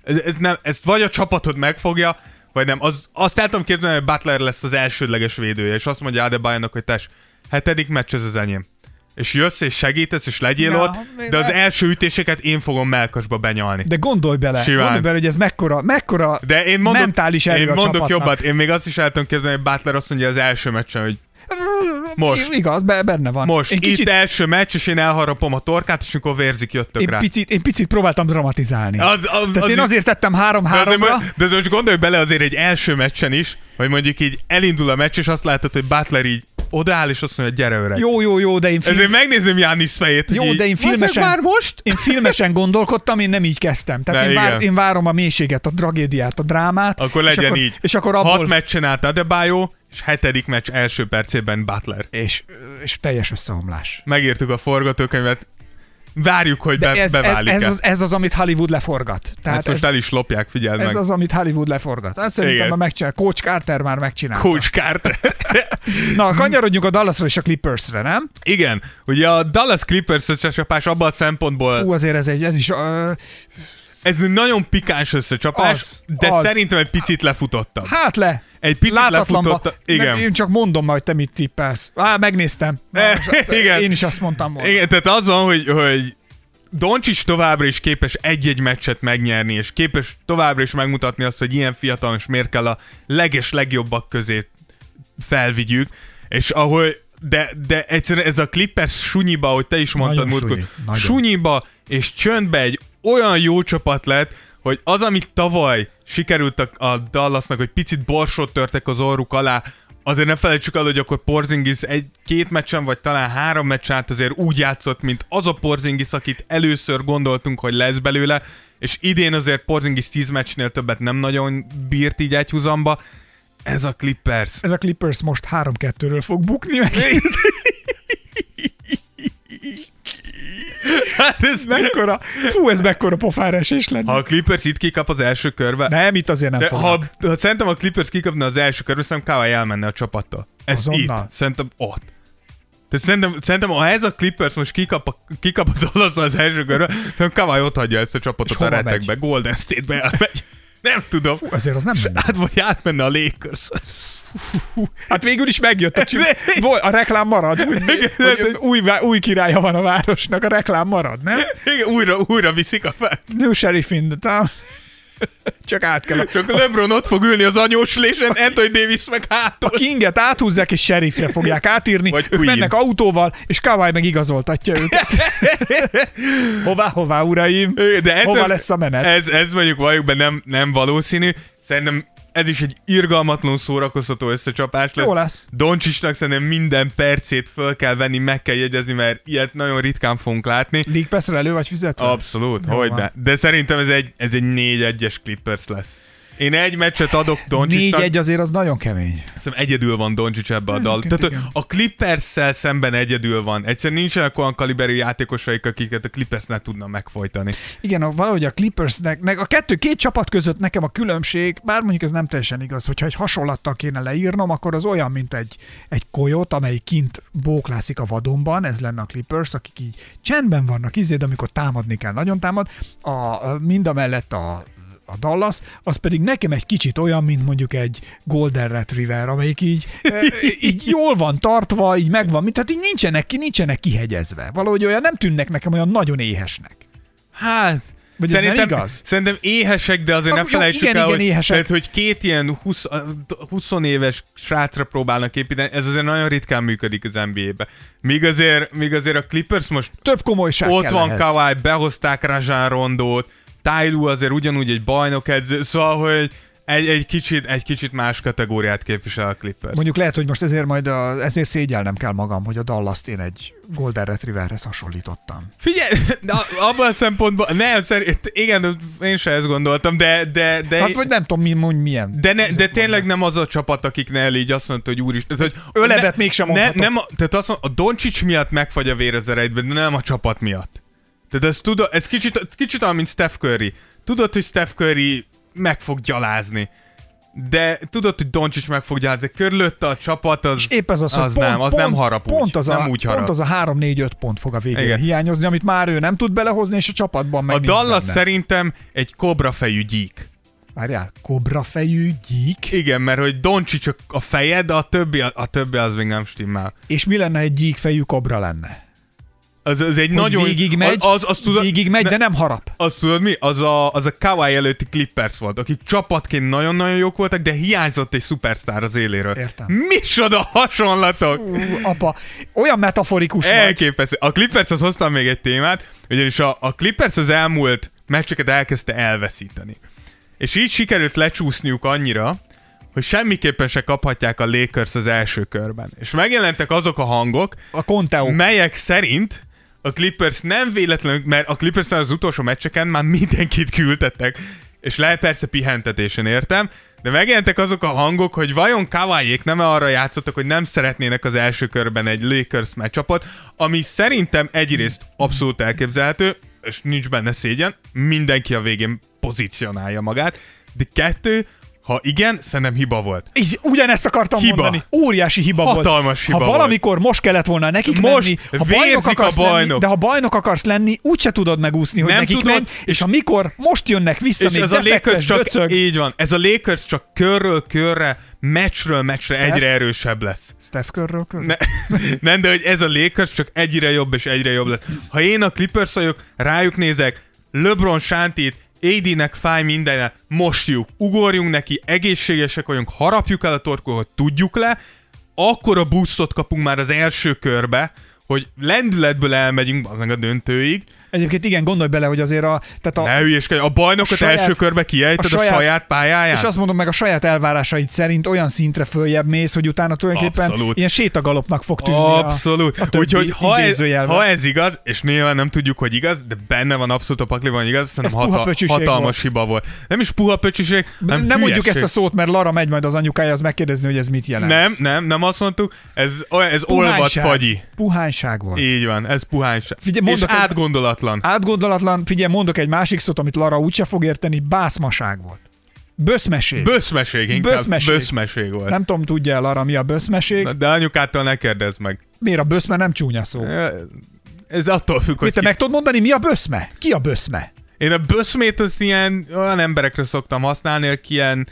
Ezt vagy a csapatod megfogja, vagy nem. Azt el tudom képzelni, hogy Butler lesz az elsődleges védője, és azt mondja Adebayonak, hogy tess, 7. meccs ez az enyém. És jössz, és segítesz, és legyél ott, de az első ütéseket én fogom melkasba benyalni. De gondolj bele, hogy ez mekkora de én mentális erő a csapatnak. Én mondok jobbat, én még azt is el tudom képzelni, hogy Butler azt mondja az első meccsen, hogy most. Igaz, benne van. Most. Itt első meccs, és én elharapom a torkát, és amikor vérzik, jöttök rá. Én picit próbáltam dramatizálni. Tehát én azért tettem 3-3-ra. De most gondolj bele azért egy első meccsen is, hogy mondjuk így elindul a meccs, és azt látod, hogy Butler így odaáll, és azt mondja, gyere öreg. Jó, de én... Ezért megnézem Giannis fejét. Jó, de én filmesen gondolkodtam, én nem így kezdtem. Tehát én várom a mélységet, a tragédiát, a drámát. Akkor legyen így. És akkor abból... 6 meccsen át Adebayo, és 7. meccs első percében Butler. És teljes összeomlás. Megírtuk a forgatókönyvet. Várjuk, hogy beválik. Ez az, amit Hollywood leforgat. Tehát ezt most el is lopják, figyeld meg. Ez az, amit Hollywood leforgat. Hát szerintem már megcsinál. Coach Carter már megcsinálta. Coach Carter. Na, kanyarodjunk a Dallasra és a Clippersre, nem? Igen. Ugye a Dallas Clippers összecsapás abban a szempontból... Hú, azért ez is... Ez nagyon pikáns összecsapás, de szerintem egy picit lefutottam. Hát egy picit lefutottam. Igen. Én csak mondom majd, te mit tippelsz. Megnéztem. Igen. Én is azt mondtam volna. Igen, tehát az van, hogy Doncic továbbra is képes egy-egy meccset megnyerni, és képes továbbra is megmutatni azt, hogy ilyen fiatalon is miért kell a legjobbak közé felvigyük, és ahol de egyszerűen ez a Clippers sunyiba, ahogy te is mondtad múltkor, sunyiba és csöndbe egy olyan jó csapat lett, hogy az, amit tavaly sikerült a Dallasnak, hogy picit borsot törtek az orruk alá, azért ne felejtsük el, hogy akkor Porzingis 1-2 meccsen, vagy talán 3 meccsen át azért úgy játszott, mint az a Porzingis, akit először gondoltunk, hogy lesz belőle, és idén azért Porzingis 10 meccsnél többet nem nagyon bírt így egyhuzamba. Ez a Clippers most 3-2-ről fog bukni meg. Hát ez mekkora pofáresés lenne. Ha a Clippers itt kikap az első körbe... Nem, itt azért nem fognak. Ha szerintem a Clippers kikapna az első körbe, szerintem Kawhi elmenne a csapattól. Ez azonnal. Itt. Szerintem ott. Tehát szerintem ha ez a Clippers most kikap a Dallas az első körbe, akkor Kawhi ott hagyja ezt a csapatot a retekbe. Golden State-be elmegy. Nem tudom. Azért az nem menne. Vagy átmenne a Lakers. Hát végül is megjött a reklám marad, hogy új királya van a városnak, a reklám marad, nem? Igen, újra viszik a fel. New sheriff in the town. Csak át kell. Csak LeBron ott fog ülni az anyósülésen, Anthony Davis meg hátul. A Kinget áthúzzák és sheriffre fogják átírni, ők mennek autóval, és Kawhi meg igazoltatja őket. Hová, uraim? Hova lesz a menet? Ez mondjuk valljuk be nem valószínű. Szerintem ez is egy irgalmatlan szórakoztató összecsapás lesz. Jó lesz. Doncsisnak szerintem minden percét föl kell venni, meg kell jegyezni, mert ilyet nagyon ritkán fogunk látni. League Pass-re elő vagy fizetve? Abszolút, hogyne. De szerintem ez egy 4-1-es Clippers lesz. Én egy meccset adok Doncsisnak. 4-1 azért az nagyon kemény. Szerintem egyedül van Doncic ebbe a dal. Tehát a Clippers-szel szemben egyedül van. Egyszerűen nincsenek olyan kaliberű játékosaik, akiket a Clippers ne tudna megfojtani. Igen, valahogy a Clippersnek, a két csapat között nekem a különbség, bár mondjuk ez nem teljesen igaz, hogyha egy hasonlattal kéne leírnom, akkor az olyan, mint egy kolyot, amely kint bóklászik a vadonban, ez lenne a Clippers, akik így csendben vannak, de amikor támadni kell, nagyon támad. Mind a mellett a Dallas, az pedig nekem egy kicsit olyan, mint mondjuk egy Golden Retriever, amelyik így jól van tartva, így megvan, tehát így nincsenek kihegyezve. Valahogy olyan nem tűnnek nekem olyan nagyon éhesnek. Hát... Vagy szerintem, nem igaz? Szerintem éhesek, de azért ne felejtsük el, hogy két ilyen 20 éves srácra próbálnak építeni, ez azért nagyon ritkán működik az NBA-be. Míg azért a Clippers most több komolyság ott van ehhez. Kawhi, behozták Rajon Rondót, Ty Lue azért ugyanúgy egy bajnokedző, szóval, hogy egy kicsit más kategóriát képvisel a Clippers. Mondjuk lehet, hogy most ezért szégyelnem kell magam, hogy a Dallast én egy Golden Retrieverhez hasonlítottam. Figyelj, abban a szempontból, nem, igen, én sem ezt gondoltam, de hát vagy nem tudom, milyen. De tényleg nem az a csapat, akiknél így azt mondta, hogy úristen. Tehát, hogy Ölebet mégsem mondhatok. Tehát azt mondta, a Doncic miatt megfagy a vér az erejtben, de nem a csapat miatt. Tehát ez kicsit olyan, mint Steph Curry. Tudod, hogy Steph Curry meg fog gyalázni. De tudod, hogy Doncic meg fog gyalázni. Körülötte a csapat, az nem harap úgy. Pont az a 3-4-5 pont fog a végén hiányozni, amit már ő nem tud belehozni, és a csapatban meg a Dallas benne. Szerintem egy kobrafejű gyík. Várjál, kobrafejű gyík? Igen, mert hogy Doncic a fejed, a többi az még nem stimmel. És mi lenne, egy gyíkfejű kobra lenne? Az egy nagyon... Végigmegy, de nem harap. Azt tudod mi? Az a Kawhi előtti Clippers volt, akik csapatként nagyon-nagyon jók voltak, de hiányzott egy szupersztár az éléről. Értem. Micsoda hasonlatok! Apa, olyan metaforikus vagy. Elképesztő. A Clippershoz hoztam még egy témát, ugyanis a Clippers az elmúlt meccseket elkezdte elveszíteni. És így sikerült lecsúszniuk annyira, hogy semmiképpen se kaphatják a Lakers az első körben. És megjelentek azok a hangok, melyek szerint a Clippers nem véletlenül, mert a Clippers az utolsó meccseken már mindenkit küldtettek, és lehet persze pihentetésen értem, de megjelentek azok a hangok, hogy vajon Kawhiék nem arra játszottak, hogy nem szeretnének az első körben egy Lakers meccsapot, ami szerintem egyrészt abszolút elképzelhető, és nincs benne szégyen, mindenki a végén pozícionálja magát, de kettő, ha igen, szerintem hiba volt. Ugyanezt akartam mondani. Óriási hiba volt. Hatalmas hiba volt. Ha valamikor most kellett volna nekik menni, ha bajnok akarsz lenni, de ha bajnok akarsz lenni, úgyse tudod megúszni, hogy nem nekik tudod, menj, és amikor most jönnek vissza, még defektes döcög. Így van. Ez a Lakers csak körről körre, meccsről meccsre egyre erősebb lesz. Steph körről körre? Nem, de hogy ez a Lakers csak egyre jobb és egyre jobb lesz. Ha én a Clippers vagyok, rájuk nézek, LeBron Shantit, AD-nek fáj mindenne, mosjuk, ugorjunk neki, egészségesek vagyunk, harapjuk el a torkot, tudjuk le, akkor a boostot kapunk már az első körbe, hogy lendületből elmegyünk azon a döntőig. Egyébként igen, gondolj bele, hogy azért ne hülyéskedj, a bajnokot első körbe kiejted a saját pályáján. És azt mondom meg, a saját elvárásaid szerint olyan szintre följebb mész, hogy utána tulajdonképpen abszolút. Ilyen sétagalopnak fog tűnni abszolút. Úgyhogy ha ez igaz, és nyilván nem tudjuk, hogy igaz, de benne van abszolút a pakliban igaz, szerintem hatalmas hiba volt. Nem is puha pöcsiség, nem mondjuk ezt a szót, mert Lara megy majd az anyukája az megkérdezni, hogy ez mit jelent. Nem azt mondtuk, ez olvad fagyi. Puhányság volt. Így van, ez puhányság. És átgondolatlan, figyelj, mondok egy másik szót, amit Lara úgyse fog érteni, bászmaság volt. Böszmeség. Böszmeség volt. Nem tudom, tudja Lara, mi a böszmeség. De anyukától ne kérdezz meg. Miért a böszme nem csúnya szó? Ez attól függ, hogy... Te meg tudod mondani, mi a böszme? Ki a böszme? Én a böszmét azt ilyen olyan emberekre szoktam használni, aki ilyen...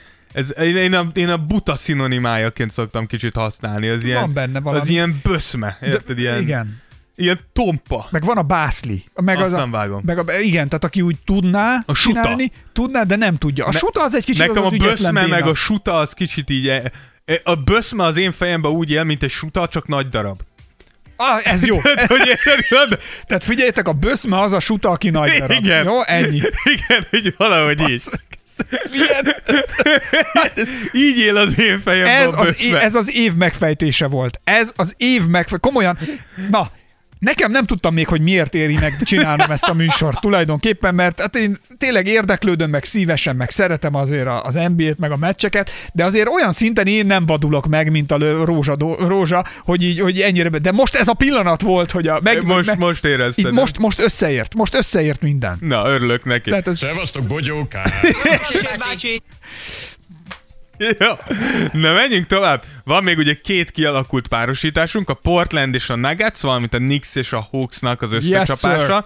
Én a buta szinonimájaként szoktam kicsit használni. Az ilyen, van benne valami. Az ilyen böszme, érted? Igen. Ilyen tompa. Meg van a bászli. Meg azt nem vágom. Igen, tehát aki úgy tudná csinálni, de nem tudja. A suta az egy kicsit nekem az ügyetlen böszme, meg a suta az kicsit így... A böszme az én fejemben úgy él, mint egy suta, csak nagy darab. Ez jó. Tehát figyeljetek, a böszme az a suta, aki nagy darab. Igen. Jó, ennyi. Igen, így valahogy így. Így él az én fejemben a böszme. Ez az év megfejtése volt. Komolyan. Na, nekem nem tudtam még, hogy miért éri meg csinálnom ezt a műsort tulajdonképpen, mert hát én tényleg érdeklődöm, meg szívesen, meg szeretem azért az NBA-t, meg a meccseket, de azért olyan szinten én nem vadulok meg, mint a Rózsa, hogy ennyire... De most ez a pillanat volt, hogy most érezted. Most összeért minden. Na, örülök neki. Szevasztok, bogyókák! Ja. Na, menjünk tovább. Van még ugye 2 kialakult párosításunk, a Portland és a Nuggets, valamint a Knicks és a Hawksnak az összecsapása.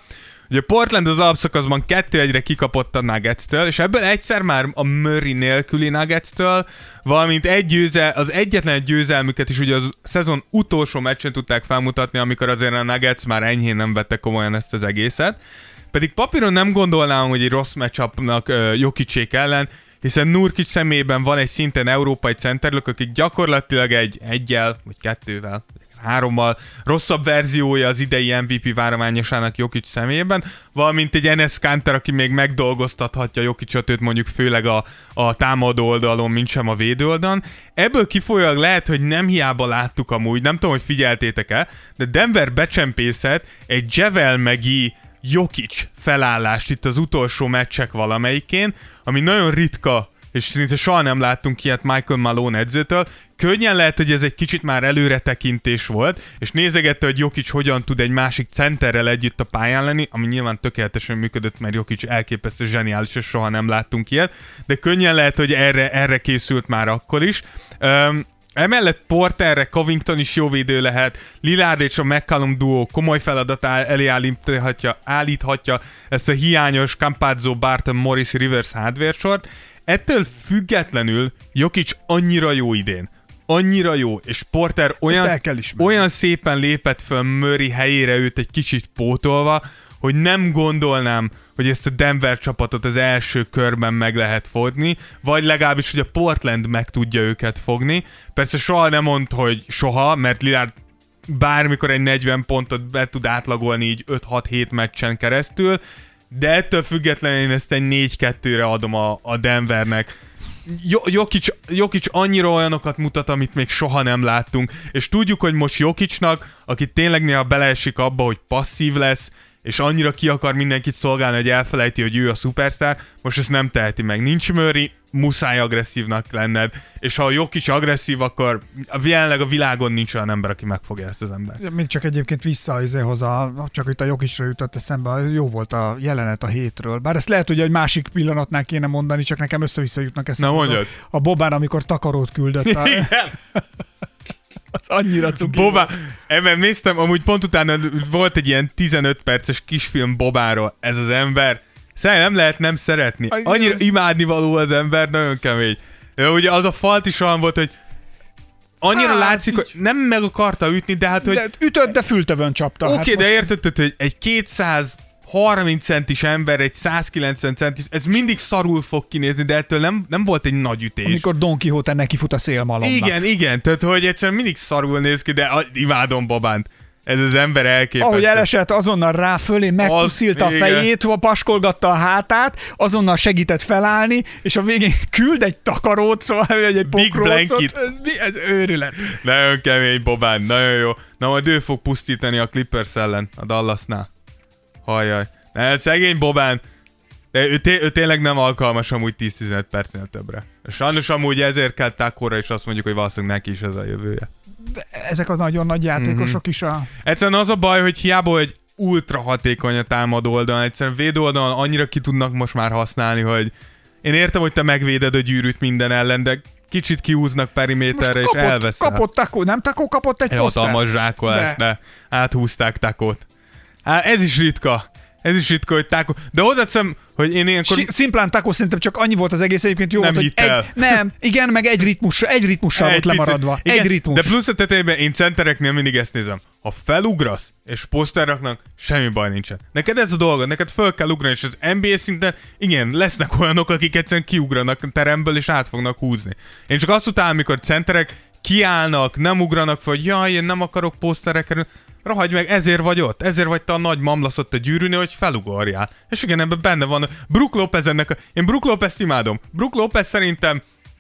Ugye Portland az alapszakaszban 2-1-re kikapott a Nuggets-től, és ebből egyszer már a Murray nélküli Nuggets-től, valamint az egyetlen győzelmüket is ugye a szezon utolsó meccsen tudták felmutatni, amikor azért a Nuggets már enyhén nem vette komolyan ezt az egészet. Pedig papíron nem gondolnám, hogy egy rossz matchupnak Jokicsék ellen, hiszen Nurkic személyében van egy szinten európai centerlök, akik gyakorlatilag egyel, vagy 2-vel, 3-mal rosszabb verziója az idei MVP várományosának Jokic személyében, valamint egy Enes Kanter, aki még megdolgoztathatja Jokicot, őt mondjuk főleg a támadó oldalon, mint sem a védő oldalon. Ebből kifolyólag lehet, hogy nem hiába láttuk amúgy, nem tudom, hogy figyeltétek-e, de Denver becsempészett egy Javel McGee Jokic felállást itt az utolsó meccsek valamelyikén, ami nagyon ritka, és szinte soha nem láttunk ilyet Michael Malone edzőtől. Könnyen lehet, hogy ez egy kicsit már előretekintés volt, és nézegette, hogy Jokic hogyan tud egy másik centerrel együtt a pályán lenni, ami nyilván tökéletesen működött, mert Jokic elképesztő zseniális, és soha nem láttunk ilyet, de könnyen lehet, hogy erre készült már akkor is. Emellett Porterre Covington is jó védő lehet, Lillard és a McCallum duó komoly feladat elé állíthatja ezt a hiányos Campazzo, Barton, Morris, Rivers hátvérsort. Ettől függetlenül Jokic annyira jó idén. Annyira jó, és Porter olyan szépen lépett föl Murray helyére őt egy kicsit pótolva, hogy nem gondolnám, hogy ezt a Denver csapatot az első körben meg lehet fogni, vagy legalábbis, hogy a Portland meg tudja őket fogni. Persze soha nem mond, hogy soha, mert Lillard bármikor egy 40 pontot be tud átlagolni így 5-6-7 meccsen keresztül, de ettől függetlenül én ezt egy 4-2-re adom a Denvernek. Jokic annyira olyanokat mutat, amit még soha nem láttunk, és tudjuk, hogy most Jokicnak, aki tényleg néha beleesik abba, hogy passzív lesz, és annyira ki akar mindenkit szolgálni, hogy elfelejti, hogy ő a szupersztár, most ezt nem teheti meg. Nincs Murray, muszáj agresszívnak lenned, és ha a Jokic agresszív, akkor jelenleg a világon nincs olyan ember, aki megfogja ezt az embert. Még csak egyébként vissza csak itt a Jokicra jutott eszembe, jó volt a jelenet a hétről. Bár ezt lehet, hogy egy másik pillanatnál kéne mondani, csak nekem össze-vissza jutnak eszembe. Na mondjad. A Bobán, amikor takarót küldött. Igen. Az annyira cuki. Boba, mert néztem, amúgy pont utána volt egy ilyen 15 perces kisfilm Bobáról. Ez az ember, nem lehet nem szeretni. Annyira imádnivaló az ember, nagyon kemény. Ugye az a falt is olyan volt, hogy annyira látszik, hogy nem meg akarta ütni, de hát, hogy... De ütött, de fültövön csapta. Oké, de érted, hogy egy 230 centis ember, egy 190 centis, ez mindig szarul fog kinézni, de ettől nem volt egy nagy ütés. Amikor Don Quixote nekifut a szélmalomnak. Igen, tehát hogy egyszerűen mindig szarul néz ki, de imádom Bobánt. Ez az ember elképesztő. Ahogy elesett, azonnal rá fölé, megpuszilta a fejét, paskolgatta a hátát, azonnal segített felállni, és a végén küld egy takarót, szóval egy pokrócot. Ez őrület. Nagyon kemény Bobán, nagyon jó. Na majd ő fog pusztítani a Clippers ellen, a Dallasnál. Hajjaj. Szegény Bobán, de ő tényleg nem alkalmas amúgy 10-15 percnél többre. Sajnos amúgy ezért kell Takóra, és azt mondjuk, hogy valószínűleg neki is ez a jövője. De ezek a nagyon nagy játékosok is a... Egyszerűen az a baj, hogy hiába, hogy ultra hatékony a támadó oldalon, egyszerűen védő oldalon annyira ki tudnak most már használni, hogy én értem, hogy te megvéded a gyűrűt minden ellen, de kicsit kiúznak periméterre, és elveszel. Kapott Takó, nem Takó kapott egy posztert? Hatalmas zsákolás, de áthúzták Takót. Ez is ritka, hogy Takó. De hozzáteszem, hogy én ilyenkor... Szimplán Takó szerintem csak annyi volt az egész, egyébként jó nem volt, hogy igen, meg egy ritmussal volt lemaradva. Igen, egy ritmus. De plusz a tetejében én centereknél mindig ezt nézem. Ha felugrasz, és poszter raknak, semmi baj nincsen. Neked ez a dolgod, neked föl kell ugrani, és az NBA szinten, igen, lesznek olyanok, akik egyszerűen kiugranak a teremből, és át fognak húzni. Én csak azt utálom, amikor centerek kiállnak, nem ugranak fel, hogy jaj, én nem akarok poszterekre. Rohagyj meg, ezért vagy ott. Ezért vagy te a nagy mamlaszott a gyűrűnél, hogy felugorjál. És igen, ebben benne van. Brook Lopez én Brook Lopez-t imádom. Brook Lopez szerintem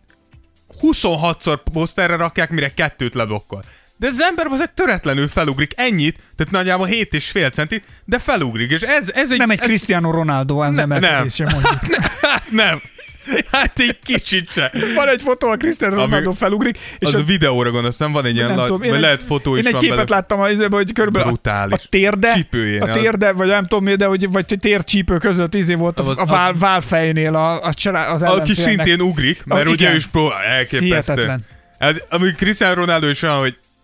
26-szor poszterre rakják, mire 2-t leblokkol. De ez az ember azért töretlenül felugrik ennyit, tehát nagyjából 7,5 centit, de felugrik. És ez egy... Nem egy Cristiano Ronaldo emelkedés, mondjuk. Nem. Hát egy kicsit se. Van egy fotó, a Cristiano Ronaldo felugrik. És az a videóra gondolsz, nem van egy ilyen vagy lehet fotó is van. Én egy képet láttam, hogy körülbelül a térde, vagy nem tudom mi, de vagy tércsípő között volt a válfejnél az ellenfélnek. Aki szintén ugrik, mert ugye ő is próbál elképesztő. Hihetetlen. Amíg Cristiano Ronaldo is olyan, hogy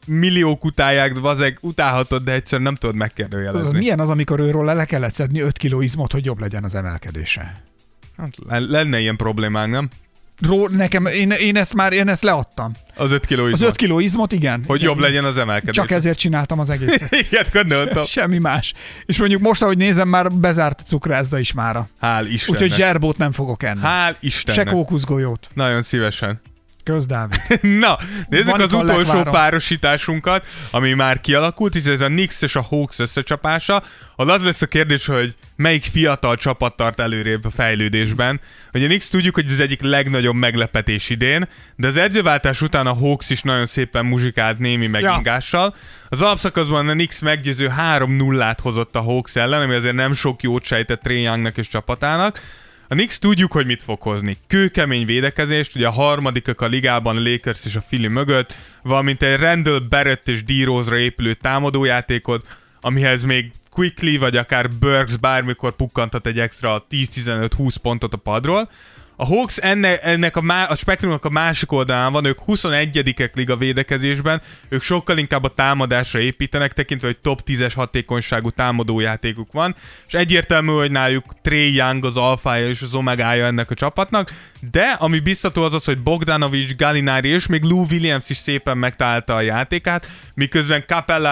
milliók utálják, vazeg utálhatod, de egyszerűen nem tudod megkérdőjelezni. Milyen az, amikor őről le kellett szedni 5 kiló izmot, hogy jobb legyen az emelkedése? Hát, lenne ilyen problémánk, nem? Nekem, én ezt leadtam. Az 5 kiló izmot? Az 5 kiló izmot, igen. Hogy igen, jobb legyen az emelkedés. Csak ezért csináltam az egészet. Ilyet gondoltam. Semmi más. És mondjuk most, ahogy nézem, már bezárt a cukrászda is mára. Hál' Istennek. Úgyhogy zserbót nem fogok enni. Hál' Istennek. Se kókuszgolyót. Nagyon szívesen. Kösz, Dávid. Na, nézzük az utolsó legvárom. párosításunkat, ami már kialakult, és ez a Knicks és a Hawks összecsapása. Az lesz a kérdés, hogy melyik fiatal csapat tart előrébb a fejlődésben. Ugye a Knicks tudjuk, hogy ez egyik legnagyobb meglepetés idén, de az edzőváltás után a Hawks is nagyon szépen muzsikált némi megingással. Az alapszakaszban a Knicks meggyőző 3-0-át hozott a Hawks ellen, ami azért nem sok jót sejtett Trae Youngnak és csapatának. A Knicks tudjuk, hogy mit fog hozni. Kőkemény védekezést, ugye a harmadikak a ligában, a Lakers és a Philly mögött, valamint egy Randall Barrett és D. Rose-ra épülő támadójátékot, amihez még Quickly vagy akár Burks bármikor pukkanthat egy extra 10-15-20 pontot a padról. A Hawks ennek a spektrumnak a másik oldalán van, ők 21-ek liga védekezésben, ők sokkal inkább a támadásra építenek, tekintve, hogy top 10-es hatékonyságú támadójátékuk van, és egyértelmű, hogy náluk Trae Young az alfája és az omegája ennek a csapatnak, de ami biztató az, hogy Bogdanovic, Gallinari és még Lou Williams is szépen megtalálta a játékát, miközben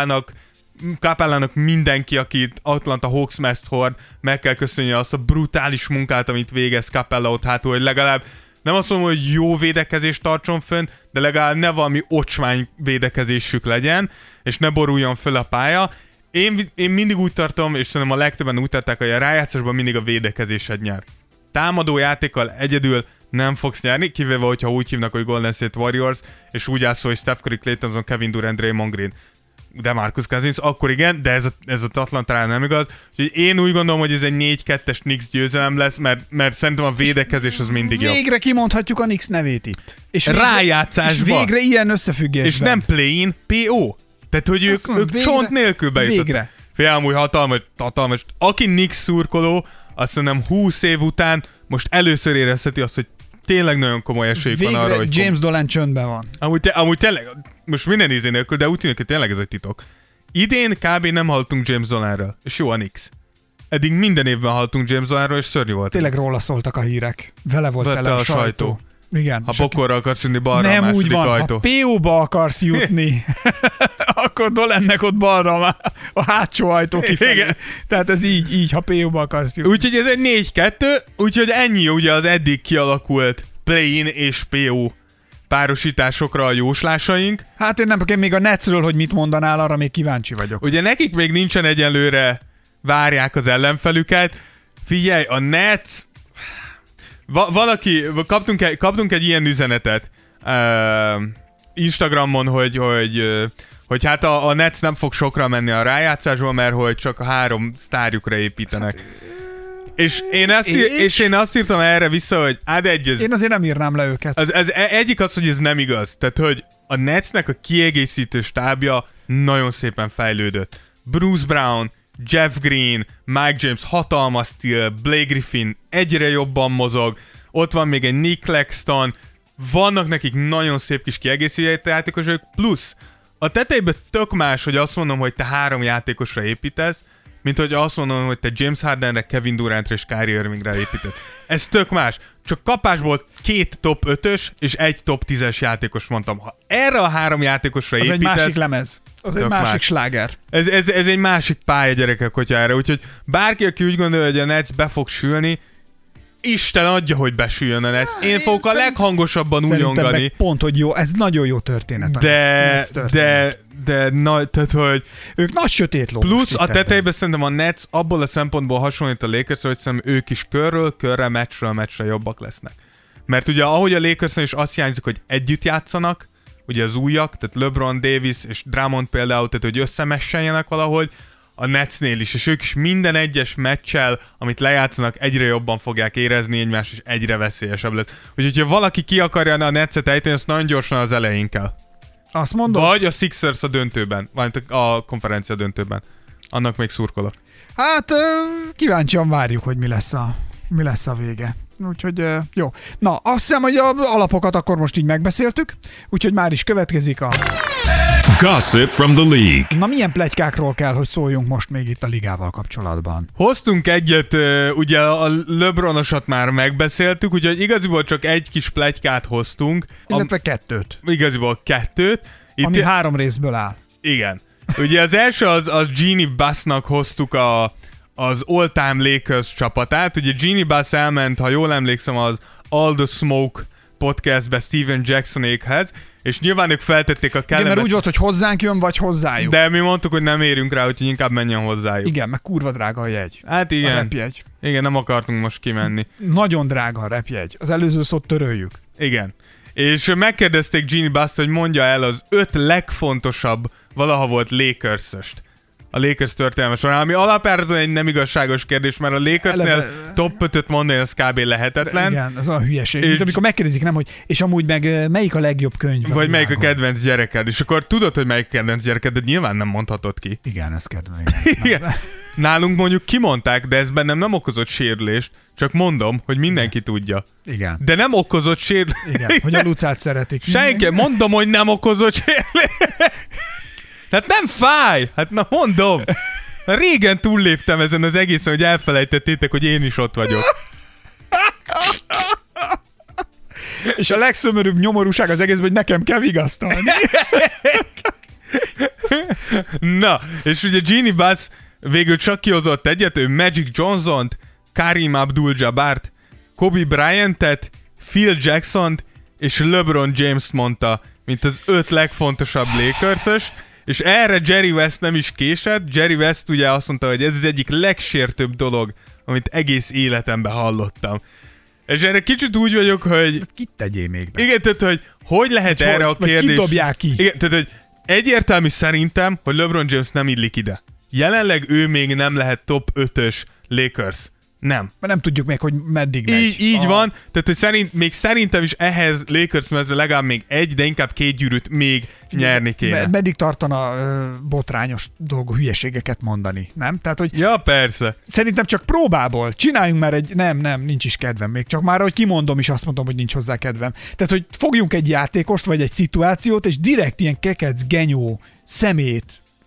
Capellának mindenki, akit Atlanta Hawks meszt hord, meg kell köszönni azt a brutális munkát, amit végez Capella ott hátul, hogy legalább nem azt mondom, hogy jó védekezést tartson fönn, de legalább ne valami ocsmány védekezésük legyen, és ne boruljon föl a pálya. Én mindig úgy tartom, és szerintem a legtöbben úgy tarták, hogy a rájátszásban mindig a védekezésed nyer. Támadó játékkal egyedül nem fogsz nyerni, kivéve, hogyha úgy hívnak, hogy Golden State Warriors, és úgy állsz, hogy Steph Curry, Klay Thompson, Kevin Durant, Draymond Green. De Marcus Cousins, akkor igen, de ez az Atlanta nem igaz. Úgyhogy én úgy gondolom, hogy ez egy 4-2-es Knicks győzelem lesz, mert szerintem a védekezés az mindig jobb. Végre kimondhatjuk a Knicks nevét itt. És rájátszásban. És végre ilyen összefüggésben. És nem play-in, PO. Tehát, hogy ők csont nélkül bejutottak. Végre. Félmúj hatalmas. Aki Knicks szurkoló, azt mondom 20 év után most először érezheti azt, hogy tényleg nagyon komoly esélyük van arra, hogy... James Dolan csöndben van. Amúgy tényleg, most minden ízé nélkül, de úgy tűnik, hogy tényleg ez egy titok. Idén kb. Nem hallottunk James Dolanről, és jó a Knicks. Eddig minden évben hallottunk James Dolanról, és szörnyű volt. Tényleg róla szóltak a hírek. Vele volt tele a sajtó. Igen. Ha bokorra akarsz jönni balra nem a második úgy van, ajtó. Ha PO-ba akarsz jutni, akkor Dolannek ott balra a hátsó ajtó kifelé. Igen. Tehát ez így, ha PO-ba akarsz jutni. Úgyhogy ez egy 4-2, úgyhogy ennyi ugye az eddig kialakult play-in és PO párosításokra a jóslásaink. Hát én még a Netsről, hogy mit mondanál, arra még kíváncsi vagyok. Ugye nekik még nincsen egyenlőre, várják az ellenfelüket. Figyelj, a Nets... Kaptunk egy ilyen üzenetet Instagramon, hogy hát a Nets nem fog sokra menni a rájátszásba, mert hogy csak a 3 sztárjukra építenek. Hát, és én azt írtam erre vissza, hogy én azért nem írnám le őket. Az egyik az, hogy ez nem igaz. Tehát, hogy a Netsnek a kiegészítő stábja nagyon szépen fejlődött. Bruce Brown, Jeff Green, Mike James hatalmas stíl, Blake Griffin egyre jobban mozog, ott van még egy Nick Claxton, vannak nekik nagyon szép kis kiegészítő játékosok, plusz a tetejében tök más, hogy azt mondom, hogy te 3 játékosra építesz, mint hogy azt mondom, hogy te James Hardenre, Kevin Durantre és Kyrie Irvingre építesz. Ez tök más. Csak kapásból 2 top 5-ös és 1 top 10-es játékos mondtam. Ha erre a 3 játékosra az építesz... Az egy másik lemez. Az egy másik sláger. Ez egy másik pálya, gyerekek, hogyha erre. Úgyhogy bárki, aki úgy gondolja, hogy a Nets be fog sülni, Isten adja, hogy besüljön a Nets. Én fogok a leghangosabban újongani. Pont, hogy jó, ez nagyon jó történet. Tehát, hogy... Ők nagy sötét ló. Plusz a tetejében szerintem a Nets abból a szempontból hasonlít a Lakers, hogy szerintem ők is körre, meccsre jobbak lesznek. Mert ugye ahogy a Lakersnél is azt hiányzik, hogy együtt játszanak, ugye az újak, tehát LeBron, Davis és Drummond például, tehát hogy összemesseljenek valahogy, a Netsnél is, és ők is minden egyes meccsel, amit lejátszanak, egyre jobban fogják érezni egymást, és egyre veszélyesebb lesz. Úgyhogy, ha valaki ki akarja a Netset ejteni, azt nagyon gyorsan az elején kell. Azt mondom? Vagy a Sixers a döntőben, vagy a konferencia döntőben. Annak még szurkolok. Hát kíváncsian várjuk, hogy mi lesz a vége. Úgyhogy jó. Na, azt hiszem, hogy az alapokat akkor most így megbeszéltük, úgyhogy már is következik a... Gossip from the league. Na milyen pletykákról kell, hogy szóljunk most még itt a ligával kapcsolatban? Hoztunk egyet, ugye a LeBronosat már megbeszéltük, úgyhogy igaziból csak egy kis pletykát hoztunk. Illetve kettőt. Igaziból kettőt. Itt ami 3 részből áll. Igen. Ugye az első az Jeanie Bussnak hoztuk az All-Time Lakers csapatát. Ugye Jeanie Buss elment, ha jól emlékszem, az All the Smoke podcastbe Steven Jacksonékhez, és nyilván ők feltették a kellemet. Igen, mert úgy volt, hogy hozzánk jön, vagy hozzájuk. De mi mondtuk, hogy nem érünk rá, úgyhogy inkább menjen hozzájuk. Igen, meg kurva drága a jegy. Hát igen. A repjegy. Igen, nem akartunk most kimenni. Nagyon drága a repjegy. Az előző szót töröljük. Igen. És megkérdezték Jeanie Buss-t, hogy mondja el az 5 legfontosabb valaha volt Lakers-öst a Lakers történelme során, ami alapjáraton egy nem igazságos kérdés, mert a Lakersnél top 5-öt mondani, az kb. Lehetetlen. Igen, az olyan hülyeség. Mint amikor megkérdezik, nem, hogy és amúgy meg melyik a legjobb könyv? Vagy melyik a kedvenc gyereked, és akkor tudod, hogy melyik a kedvenc gyereked, de nyilván nem mondhatod ki. Igen, ez kedvenc. Igen. Nálunk mondjuk kimondták, de ez bennem nem okozott sérülést, csak mondom, hogy mindenki tudja. Igen. De nem okozott sérülést. Igen, hogy a Lucát szeretik. Senki, mondom, hogy nem okozott sérülést. Tehát nem fáj! Hát na mondom! Régen túlléptem ezen az egészen, hogy elfelejtettétek, hogy én is ott vagyok. És a legszomorúbb nyomorúság az egészben, hogy nekem kell vigasztalni. Na, és ugye Jeanie Buss végül csak kihozott egyet, ő Magic Johnson-t, Kareem Abdul-Jabbart, Kobe Bryant-et, Phil Jackson-t és LeBron James-t mondta, mint az 5 legfontosabb Lakers-ös, és erre Jerry West nem is késett. Jerry West ugye azt mondta, hogy ez az egyik legsértőbb dolog, amit egész életemben hallottam. És erre kicsit úgy vagyok, hogy... Kit tegyél még be? Igen, tehát, hogy lehet hogy erre a kérdés... Kit dobják ki? Igen, tehát, hogy egyértelmű szerintem, hogy LeBron James nem illik ide. Jelenleg ő még nem lehet top 5-ös Lakers. Nem. Mert nem tudjuk még, hogy meddig megy. Így van, tehát hogy még szerintem is ehhez Lakers mezve legalább még egy, de inkább 2 gyűrűt még nyerni kéne. Meddig tartana botrányos dolgok, hülyeségeket mondani, nem? Tehát, hogy ja, persze. Szerintem csak próbából. Csináljunk már egy... Nem, nincs is kedvem még. Csak már, hogy kimondom is, azt mondom, hogy nincs hozzá kedvem. Tehát, hogy fogjunk egy játékost, vagy egy szituációt, és direkt ilyen kekec, genyó, szemét,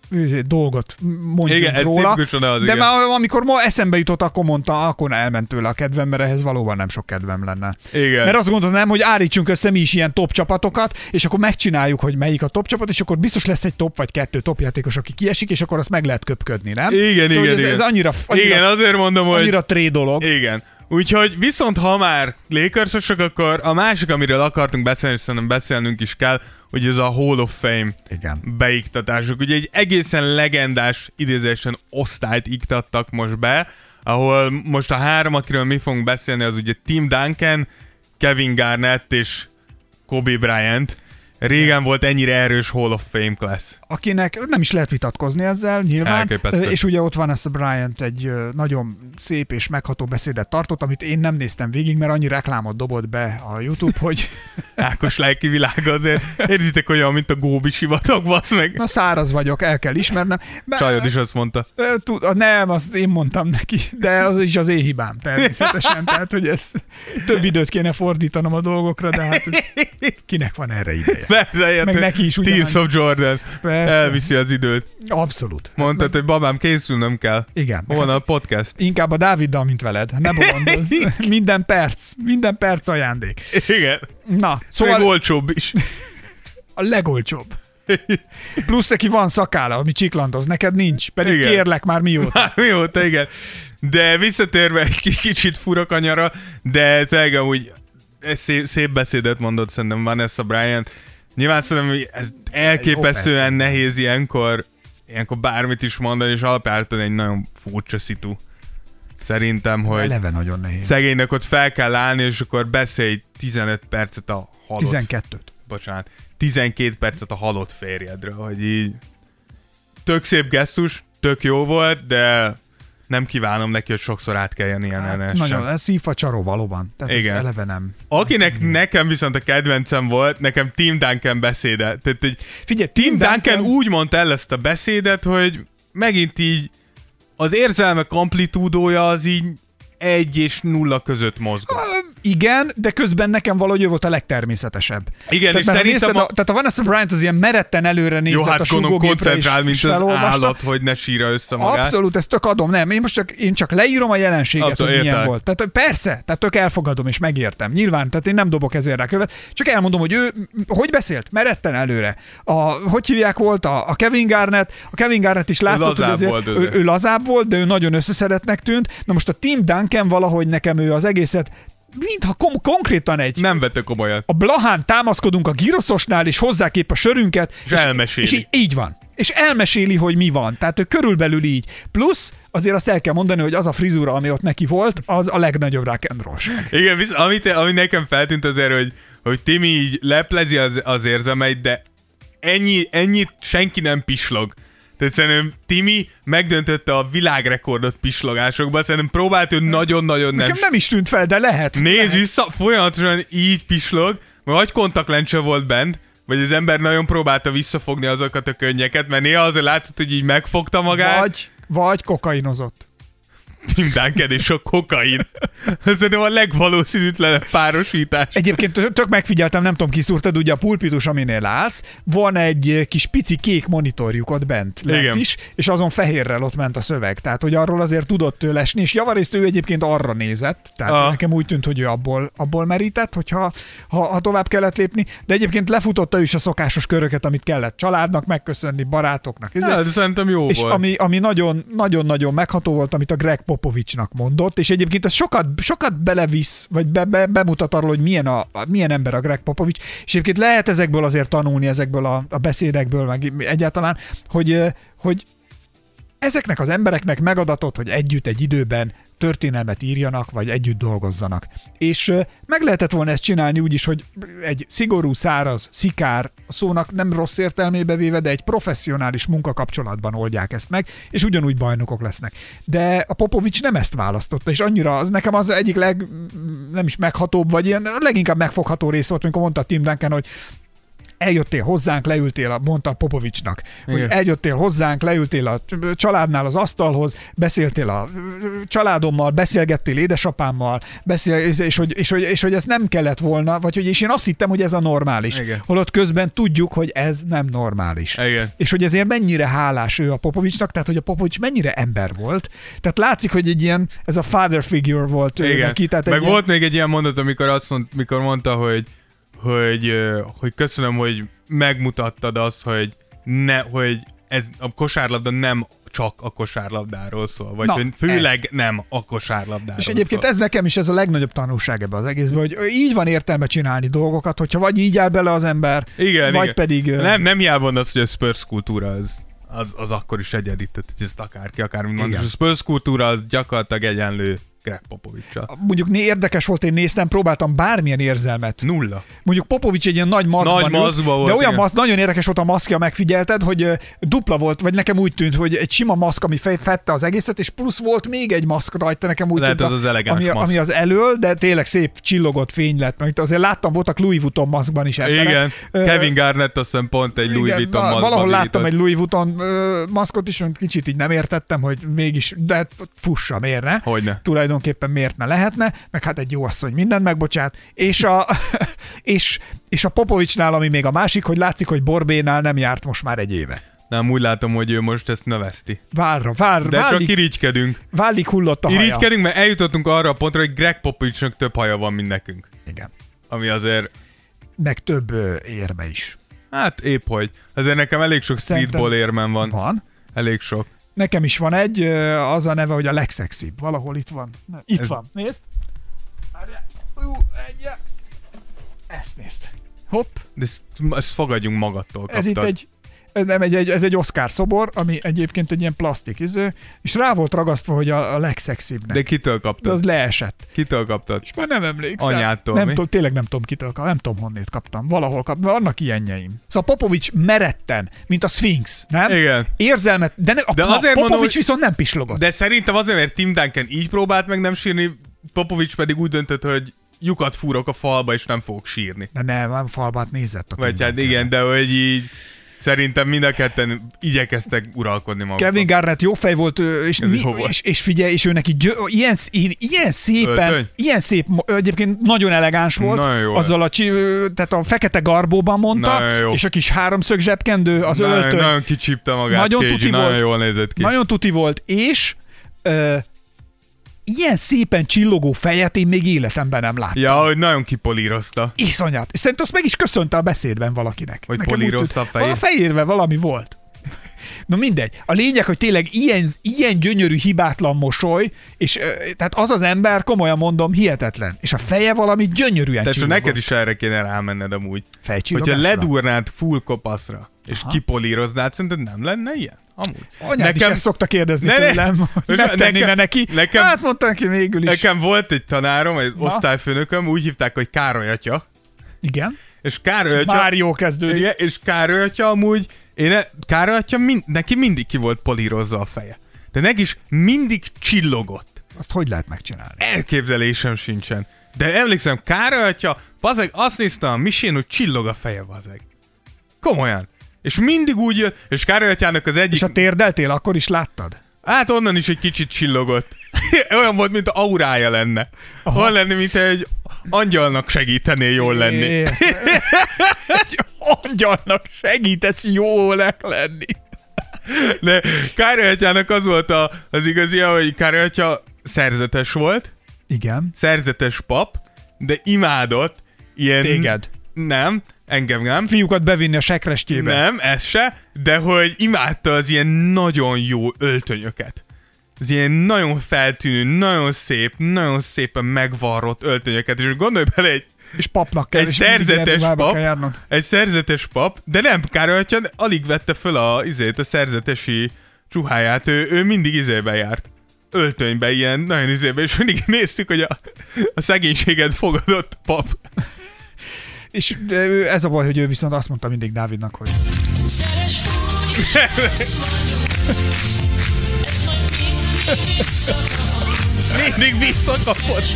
dolgot mondjuk igen, róla, az, de igen. már amikor ma eszembe jutott, akkor mondta, akkor elment tőle a kedvem, mert ehhez valóban nem sok kedvem lenne. Igen. Mert azt gondolom, hogy állítsunk össze mi is ilyen top csapatokat, és akkor megcsináljuk, hogy melyik a top csapat, és akkor biztos lesz egy top vagy 2 top játékos, aki kiesik, és akkor azt meg lehet köpködni, nem? Igen, szóval igen, ez annyira igen, azért mondom, hogy annyira tré dolog. Igen. Úgyhogy viszont ha már Lakersosok, akkor a másik, amiről akartunk beszélni, és szerintem beszélnünk is kell, hogy ez a Hall of Fame beiktatásuk. Ugye egy egészen legendás idézésen osztályt iktattak most be, ahol most a 3, akiről mi fogunk beszélni, az ugye Tim Duncan, Kevin Garnett és Kobe Bryant. Régen volt ennyire erős Hall of Fame class. Akinek nem is lehet vitatkozni ezzel, nyilván. Elképesztő. És ugye ott van ez a Bryant egy nagyon szép és megható beszédet tartott, amit én nem néztem végig, mert annyi reklámot dobott be a YouTube, hogy... Ákos lelki világa azért. Érzitek olyan, mint a Góbi sivatag, basz meg. Na száraz vagyok, el kell ismernem. Csajod is azt mondta. Nem, azt én mondtam neki, de az is az én hibám természetesen. Tehát, hogy ez több időt kéne fordítanom a dolgokra, de hát kinek van erre ideje? Persze, meg neki is ugyanannyi. Tears of Jordan. Persze. Elviszi az időt. Abszolút. Mondtad, hogy babám, készülnöm kell. Igen. Hol van a podcast? Inkább a Dáviddal, mint veled. Ne bolondozz. Minden perc ajándék. Igen. Na, szóval... Még olcsóbb is. A legolcsóbb. Plusz neki van szakála, ami csiklandoz, neked nincs. Pedig igen. Kérlek már mióta. Mióta, igen. De visszatérve egy kicsit fura kanyara, de tényleg úgy szép beszédet mondott szerintem Vanessa Bryant. Nyilván szerintem, hogy ez elképesztően nehéz ilyenkor bármit is mondani, és alapjáraton egy nagyon furcsa szitu. Szerintem, hogy eleve nagyon nehéz. Szegénynek ott fel kell állni, és akkor beszélj 15 percet a halott... 12-t. Bocsánat. 12 percet a halott férjedről, hogy így... Tök szép gesztus, tök jó volt, de nem kívánom neki, hogy sokszor át kelljen ilyen nagyon, ez szívfacsaró valóban. Tehát igen. Ez eleve nem. Akinek nekem viszont a kedvencem volt, nekem Tim Duncan beszéde. Tehát, figyelj, Tim Duncan úgy mondta el ezt a beszédet, hogy megint így az érzelmek amplitúdója az így 1 és 0 között mozgott. igen, de közben nekem valahogy ő volt a legtermészetesebb. Igen, tehát, és szerintem tehát a Vanessa Bryant az ilyen meretten előre nézett a sugógépre is felolvasta. Állat, hogy ne sírja össze magát. Abszolút, ezt tök adom. Nem, én csak leírom a jelenséget, abszolút, hogy milyen volt. Tehát persze, tehát tök elfogadom és megértem. Nyilván, tehát én nem dobok ezért rá követ. Csak elmondom, hogy ő hogy beszélt? Meretten előre. Hogy hívják volt? A Kevin Garnett. A Kevin Garnett is látszott, hogy azért ő lazább volt, de ő nagyon összeszeretnek tűnt. Na most a Tim Duncan valahogy nekem ő az egészet mintha konkrétan egy... Nem vette komolyan. A Blahán támaszkodunk a Giroszosnál, és hozzák a sörünket. És elmeséli. És így van. És elmeséli, hogy mi van. Tehát ő körülbelül így. Plusz azért azt el kell mondani, hogy az a frizura, ami ott neki volt, az a legnagyobb rock and roll-ság. Igen, ami nekem feltűnt azért, hogy Timi így leplezi az érzelmeit, de ennyit senki nem pislog. Tehát szerintem Timi megdöntötte a világrekordot pislogásokban, szerintem próbált ő nagyon-nagyon Nekem nem is tűnt fel, de lehet. Nézd vissza, folyamatosan így pislog, mert agykontaktlencse volt bent, vagy az ember nagyon próbálta visszafogni azokat a könnyeket, mert néha azért látszott, hogy így megfogta magát. Vagy kokainozott. Tim Duncan és a kokain. Szerintem a legvalószínűtlenebb párosítás. Egyébként tök megfigyeltem, nem tudom, kiszúrtad, ugye a pulpitus, aminél állsz, van egy kis pici kék monitorjuk ott bent lett is, és azon fehérrel ott ment a szöveg. Tehát, hogy arról azért tudott ő lesni, és javarészt ő egyébként arra nézett, tehát nekem úgy tűnt, hogy ő abból merített, hogyha ha tovább kellett lépni, de egyébként lefutotta ő is a szokásos köröket, amit kellett családnak megköszönni, barátoknak. De szerintem jó és volt. Ami nagyon-nagyon megható volt, amit a Greg Popovicsnak mondott, és egyébként ez sokat belevisz, vagy bemutat arról, hogy milyen ember a Greg Popovics, és egyébként lehet ezekből azért tanulni, ezekből a beszédekből, meg egyáltalán, hogy ezeknek az embereknek megadatott, hogy együtt egy időben történelmet írjanak, vagy együtt dolgozzanak. És meg lehetett volna ezt csinálni úgy is, hogy egy szigorú, száraz, szikár, a szónak nem rossz értelmébe véve, de egy professzionális munkakapcsolatban oldják ezt meg, és ugyanúgy bajnokok lesznek. De a Popovics nem ezt választotta, és annyira az nekem az egyik nem is meghatóbb, vagy ilyen leginkább megfogható rész volt, amikor mondta Tim Duncan, hogy eljöttél hozzánk, leültél, mondta Popovicsnak, hogy eljöttél hozzánk, leültél a családnál az asztalhoz, beszéltél a családommal, beszélgettél édesapámmal, és hogy ez nem kellett volna, vagy hogy és én azt hittem, hogy ez a normális. Igen. Holott közben tudjuk, hogy ez nem normális. Igen. És hogy ezért mennyire hálás ő a Popovicsnak, tehát hogy a Popovics mennyire ember volt. Tehát látszik, hogy egy ilyen, ez a father figure volt neki. Tehát meg volt még egy ilyen mondat, amikor mondta, hogy köszönöm, hogy megmutattad azt, hogy ez a kosárlabda nem csak a kosárlabdáról szól, vagy hogy főleg nem a kosárlabdáról és egyébként szól. Ez nekem is ez a legnagyobb tanulság ebben az egészben, hogy így van értelme csinálni dolgokat, hogyha vagy így áll bele az ember, vagy pedig... Nem hiába az, hogy a Spurs kultúra az akkor is egyedi, tehát ezt akármint mond, és a Spurs kultúra az gyakorlatilag egyenlő Greg Popovics-sal. Mondjuk nérdekes volt, én néztem, próbáltam bármilyen érzelmet. Nulla. Mondjuk Popovics egy ilyen nagy maszkban volt, de olyan nagyon érdekes volt a maszkja, megfigyelted, hogy dupla volt, vagy nekem úgy tűnt, hogy egy sima maszk, ami fette az egészet, és plusz volt még egy maszk rajta, nekem úgy lehet tűnt, az ami az elől, de tényleg szép csillogott fény lett. Mert azért láttam, voltak Louis Vuitton maszkban is emberek. Igen, Kevin Garnett azt hiszem pont egy Louis Vuitton maszkban. Valahol láttam egy Louis Vuitton maszkot is, kicsit így nem értettem, hogy mégis, de hát fussa, miért ne? Hogyne. Tulajdonképpen miért ne lehetne, meg hát egy jó asszony mindent megbocsát, és a Popovicsnál, ami még a másik, hogy látszik, hogy Borbénál nem járt most már egy éve. Nem, úgy látom, hogy ő most ezt növeszti. De csak irigykedünk. Vállig hullott a haja. Irigykedünk, mert eljutottunk arra a pontra, hogy Greg Popovicsnak több haja van, mint nekünk. Igen. Ami azért... Meg több érme is. Hát épp hogy. Azért nekem elég sok streetball érmem van. Van? Elég sok. Nekem is van egy, az a neve, hogy a legszexibb. Valahol itt van. Itt van. Nézd. Ezt nézd. Hopp. De ezt fogadjunk magadtól. Kaptad. Ez itt ez egy Oscar szobor, ami egyébként egy ilyen plastik és rá volt ragasztva, hogy a legszexibbnek. De kitől kaptad? De az leesett. Kitől kaptad? És már nem emlékszem. Anyától, tényleg nem tudom kitől kaptam, nem tudom honnét kaptam. Valahol kaptam, vannak ilyenjeim. Szóval Popovics meretten, mint a Sphinx, nem? Igen. Érzelmet, de Popovics viszont nem pislogott. De szerintem azért, mert Tim Duncan így próbált meg nem sírni, Popovics pedig úgy döntött, hogy lyukat fúrok a falba, és nem fogok sírni. De nem falbát nézett a vagy hát igen, de hogy így Szerintem mind a ketten igyekeztek uralkodni magukat. Kevin Garnett jó fej volt, és figyelj, és ő neki ilyen szép, egyébként nagyon elegáns volt, nagyon azzal tehát a fekete garbóban mondta, és a kis háromszög zsebkendő, az öltöny. Nagyon kicsípte magát, nagyon tuti volt, nagyon jól nézett ki. Nagyon tuti volt, és ilyen szépen csillogó fejet én még életemben nem láttam. Ja, hogy nagyon kipolírozta. Iszonyat. És szerintem azt meg is köszönte a beszédben valakinek. Hogy polírozta a fejét? A fejérben valami volt. No mindegy. A lényeg, hogy tényleg ilyen gyönyörű, hibátlan mosoly, és tehát az ember, komolyan mondom, hihetetlen. És a feje valami gyönyörűen csillogott. Tehát neked is erre kéne rámenned amúgy. Fejcsillogásra. Hogyha ledúrnád full kopaszra, és kipolíroznád, szerinted nem lenne ilyen? Amúgy. Anyád is ezt szokta kérdezni tőlem, hogy megtenné neki. Hát mondta neki végül is. Nekem volt egy tanárom, egy osztályfőnököm, úgy hívták, hogy Károly atya. Igen. És Károly atya... Már jó kezdődik. Igen, és Károly atya amúgy, Károly atya neki mindig ki volt polírozza a feje. De neki is mindig csillogott. Azt hogy lehet megcsinálni? Elképzelésem sincsen. De emlékszem, Károly atya, bazeg, azt néztem a misén, hogy csillog a feje, bazeg. Komolyan. És mindig úgy jött, és Károly atyának az egyik... És a térdeltél, akkor is láttad? Hát onnan is egy kicsit csillogott. Olyan volt, mint aurája lenne. Olyan lenni, mint egy angyalnak segítenél jól lenni. Egy angyalnak segítesz jól lenni. De Károly atyának az volt az igazi, hogy Károly atya szerzetes volt. Igen. Szerzetes pap, de imádott ilyen... Téged. Nem, engem nem. Fiúkat bevinni a sekrestjébe. Nem, ez se, de hogy imádta az ilyen nagyon jó öltönyöket. Az ilyen nagyon feltűnő, nagyon szépen megvarrott öltönyöket, és gondolj bele és papnak kell, egy szerzetes pap, de nem Károly atya, alig vette föl a szerzetesi csuháját, ő mindig izébe járt. Öltönybe, ilyen nagyon izébe, és mindig néztük, hogy a szegénységet fogadott pap. És ez a baj, hogy ő viszont azt mondta mindig Dávidnak, hogy... Mindig visszakapott.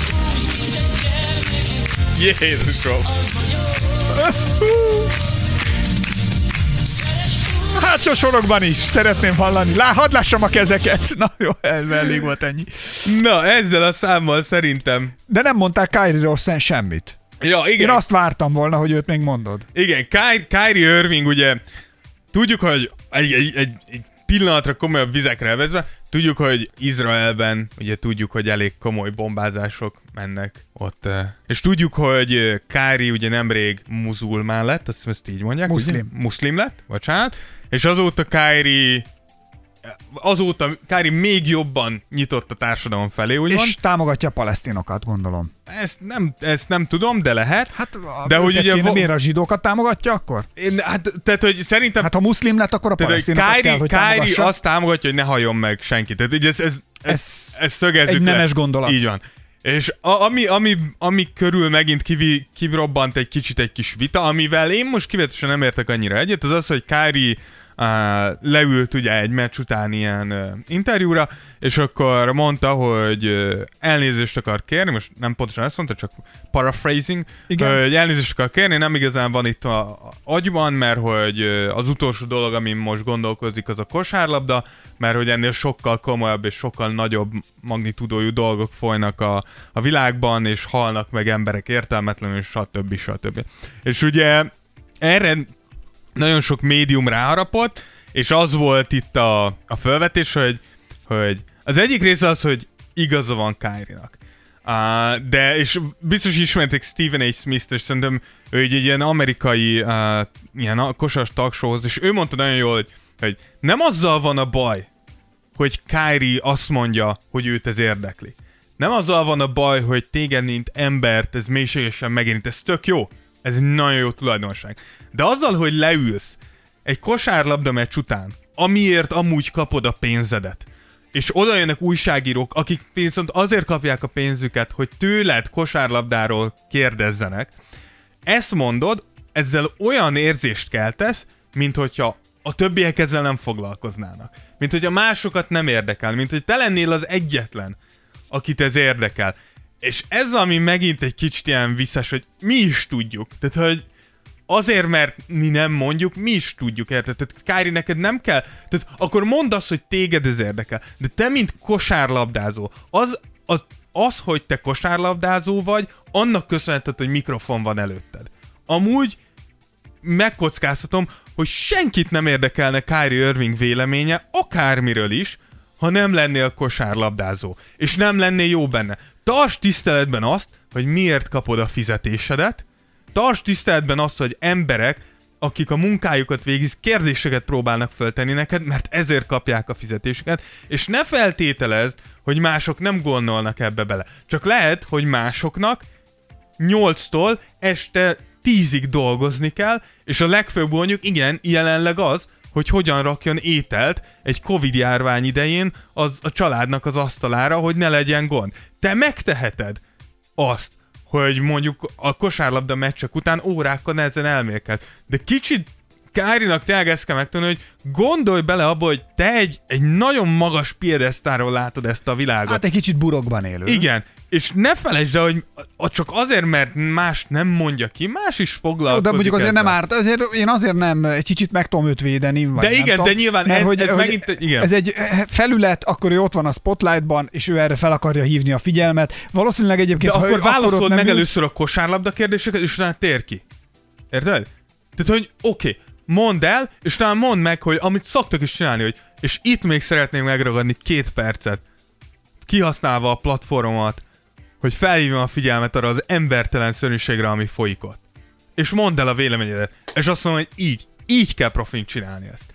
Jézusom. Hátsó sorokban is szeretném hallani. Hadd lássam a kezeket. Na jó, elég volt ennyi. Na, ezzel a számmal szerintem... De nem mondták Kyrie-ról semmit. Ja, igen. Én azt vártam volna, hogy őt még mondod. Igen, Kyrie Irving, ugye, tudjuk, hogy egy pillanatra komolyabb vizekre elvezve, tudjuk, hogy Izraelben, ugye tudjuk, hogy elég komoly bombázások mennek ott. És tudjuk, hogy Kyrie ugye nemrég muzulmán lett, azt így mondják. Muszlim lett, bocsánat. És azóta Kyrie még jobban nyitott a társadalom felé, úgymond. És támogatja a palesztinokat, gondolom. Ezt nem tudom, de lehet. Hát, de hogy ugye miért a zsidókat támogatja akkor? Tehát, hogy szerintem... Hát, ha muszlim lett, akkor a palesztinokat kell, hogy támogassa. Kyrie azt támogatja, hogy ne halljon meg senki. Tehát így ez szögezzük egy nemes gondolat. Így van. És ami körül megint kirobbant egy kis vita, amivel én most kivetesen nem értek annyira egyet, az, hogy Kyrie leült ugye egy meccs után ilyen interjúra, és akkor mondta, hogy elnézést akar kérni, most nem pontosan ezt mondta, csak paraphrasing, hogy elnézést akar kérni, nem igazán van itt a agyban, mert hogy az utolsó dolog, amin most gondolkozik, az a kosárlabda, mert hogy ennél sokkal komolyabb és sokkal nagyobb magnitúdójú dolgok folynak a világban, és halnak meg emberek értelmetlenül, stb. És ugye erre nagyon sok médium ráharapott, és az volt itt a felvetés, hogy az egyik része az, hogy igaza van Kyrie-nak. De, és biztos ismerték Stephen A. Smith-t, és szerintem ő egy ilyen amerikai ilyen kosas talkshowhoz, és ő mondta nagyon jól, hogy nem azzal van a baj, hogy Kyrie azt mondja, hogy őt ez érdekli. Nem azzal van a baj, hogy téged, mint embert, ez mélységesen megérint, ez tök jó. Ez egy nagyon jó tulajdonság. De azzal, hogy leülsz egy kosárlabda meccs után, amiért amúgy kapod a pénzedet, és oda jönnek újságírók, akik viszont azért kapják a pénzüket, hogy tőled kosárlabdáról kérdezzenek, ezt mondod, ezzel olyan érzést keltesz, mint hogyha a többiek ezzel nem foglalkoznának. Mint hogy a másokat nem érdekel, mint hogy te lennél az egyetlen, akit ez érdekel. És ez, ami megint egy kicsit ilyen visszás, hogy mi is tudjuk. Tehát, hogy azért, mert mi nem mondjuk, mi is tudjuk, érted? Tehát Kyrie, neked nem kell, tehát akkor mondd azt, hogy téged ez érdekel, de te, mint kosárlabdázó, az, hogy te kosárlabdázó vagy, annak köszönheted, hogy mikrofon van előtted. Amúgy megkockáztatom, hogy senkit nem érdekelne Kyrie Irving véleménye, akármiről is, ha nem lennél kosárlabdázó, és nem lennél jó benne. Tartsd tiszteletben azt, hogy miért kapod a fizetésedet, tartsd tiszteletben azt, hogy emberek, akik a munkájukat végzik, kérdéseket próbálnak föltenni neked, mert ezért kapják a fizetéseket, és ne feltételezd, hogy mások nem gondolnak ebbe bele. Csak lehet, hogy másoknak 8-tól este 10-ig dolgozni kell, és a legfőbb gondjuk, igen, jelenleg az, hogy hogyan rakjon ételt egy Covid-járvány idején a családnak az asztalára, hogy ne legyen gond. Te megteheted azt, hogy mondjuk a kosárlabda meccsek után órákkal ezen elmélked. De kicsit Kyrie-nak tényleg ezt kell megtenni, hogy gondolj bele abba, hogy te egy nagyon magas piedesztáról látod ezt a világot. Hát egy kicsit burokban élő. Igen, és ne felejtsd el, hogy csak azért, mert más nem mondja ki, más is foglalkozik. De mondjuk azért ezzel. nem árt, én azért nem, egy kicsit meg tudom őt védeni. Vagy de igen, de nyilván mert ez megint... Igen. Ez egy felület, akkor ő ott van a spotlightban, és ő erre fel akarja hívni a figyelmet. Valószínűleg egyébként... De akkor válaszold meg először a kosárlabda kérdéseket, és utána tér ki. Érted? Tehát, hogy oké, mondd el, és talán mondd meg, hogy amit szoktak is csinálni, hogy és itt még szeretném megragadni 2 percet, kihasználva a platformomat, hogy felhívjam a figyelmet arra az embertelen szörnyűségre, ami folyik ott. És mondd el a véleményedet. És azt mondom, hogy így kell profin csinálni ezt.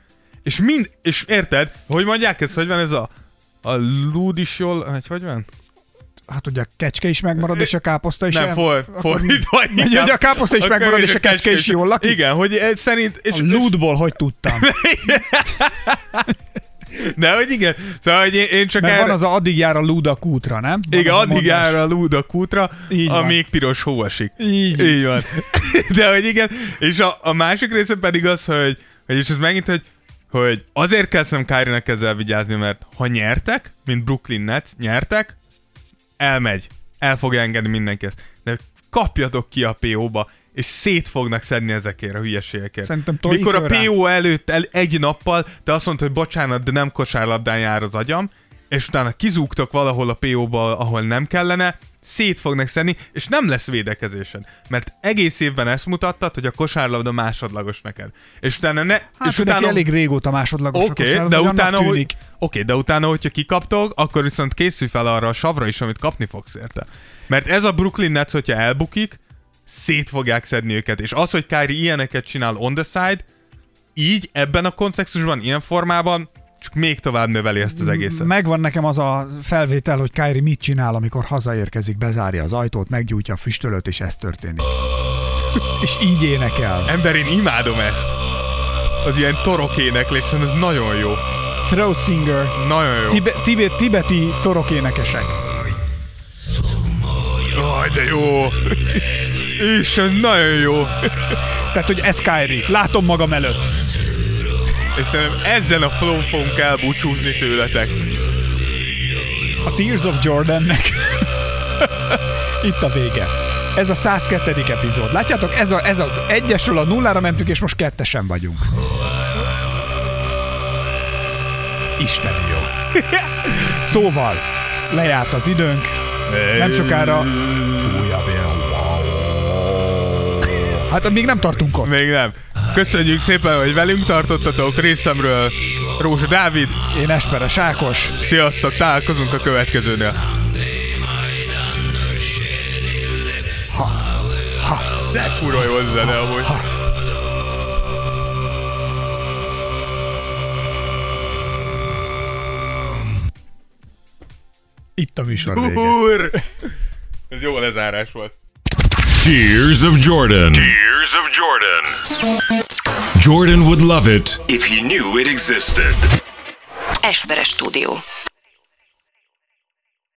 És érted, hogy mondják ezt, hogy van ez a lúd is jól, hogy van? Hát ugye a kecske is megmarad, és a káposzta is... Nem, fordítva. Hogy a káposzta is megmarad, és a kecske is jól lakik? Igen, hogy ez szerint... A lúdból hogy tudtam? De hogy igen, szóval hogy én csak mert van az addig jár a lúd a kútra, nem? Van igen, addig jár a lúd a kútra, amíg piros hó esik. Így van. De hogy igen, és a másik része pedig az, hogy és ez megint, hogy azért kell szerintem Kyrie-nek ezzel vigyázni, mert ha nyertek, mint Brooklyn Nets nyertek, elmegy. El fogja engedni mindenki ezt. De kapjatok ki a PO-ba, és szét fognak szedni ezekért a hülyeségekért. Mikor a PO előtt egy nappal te azt mondtad, hogy bocsánat, de nem kosárlabdán jár az agyam, és utána kizúgtok valahol a PO-ba, ahol nem kellene, szét fognak szedni, és nem lesz védekezésed. Mert egész évben ezt mutattad, hogy a kosárlabda másodlagos neked. És utána hát és utána elég régóta másodlagos a kosárlabda, de utána, hogyha kikaptok, akkor viszont készülj fel arra a savra is, amit kapni fogsz érte. Mert ez a Brooklyn Nets, hogyha elbukik, szét fogják szedni őket. És az, hogy Kyrie ilyeneket csinál on the side, így, ebben a kontextusban, ilyen formában, csak még tovább növeli ezt az egészet. Megvan nekem az a felvétel, hogy Kyrie mit csinál, amikor hazaérkezik, bezárja az ajtót, meggyújtja a füstölőt, és ez történik. És így énekel. Ember, én imádom ezt. Az ilyen torok éneklés, ez nagyon jó. Throat singer. Nagyon jó. Tibeti torok énekesek. Aj, de jó. És nagyon jó. Tehát, hogy ez Kyrie. Látom magam előtt. És szerintem ezen a flow fogunk elbúcsúzni tőletek. A Tears of Jordannek. Itt a vége. Ez a 102. epizód. Látjátok, ez az 1-esről a 0-ra mentünk, és most 2-esen vagyunk. Isten jó. Szóval, lejárt az időnk. Nem sokára újabb él. Hát még nem tartunk ott. Még nem. Köszönjük szépen, hogy velünk tartottatok. Részemről Rózsa Dávid. Én Esperes Ákos. Sziasztok, találkozunk a következőnél. De kurva jó zene amúgy. Itt a műsor vége. Ez jó lezárás volt. Tears of Jordan. Tears of Jordan. Jordan would love it if he knew it existed. Esperes Stúdió.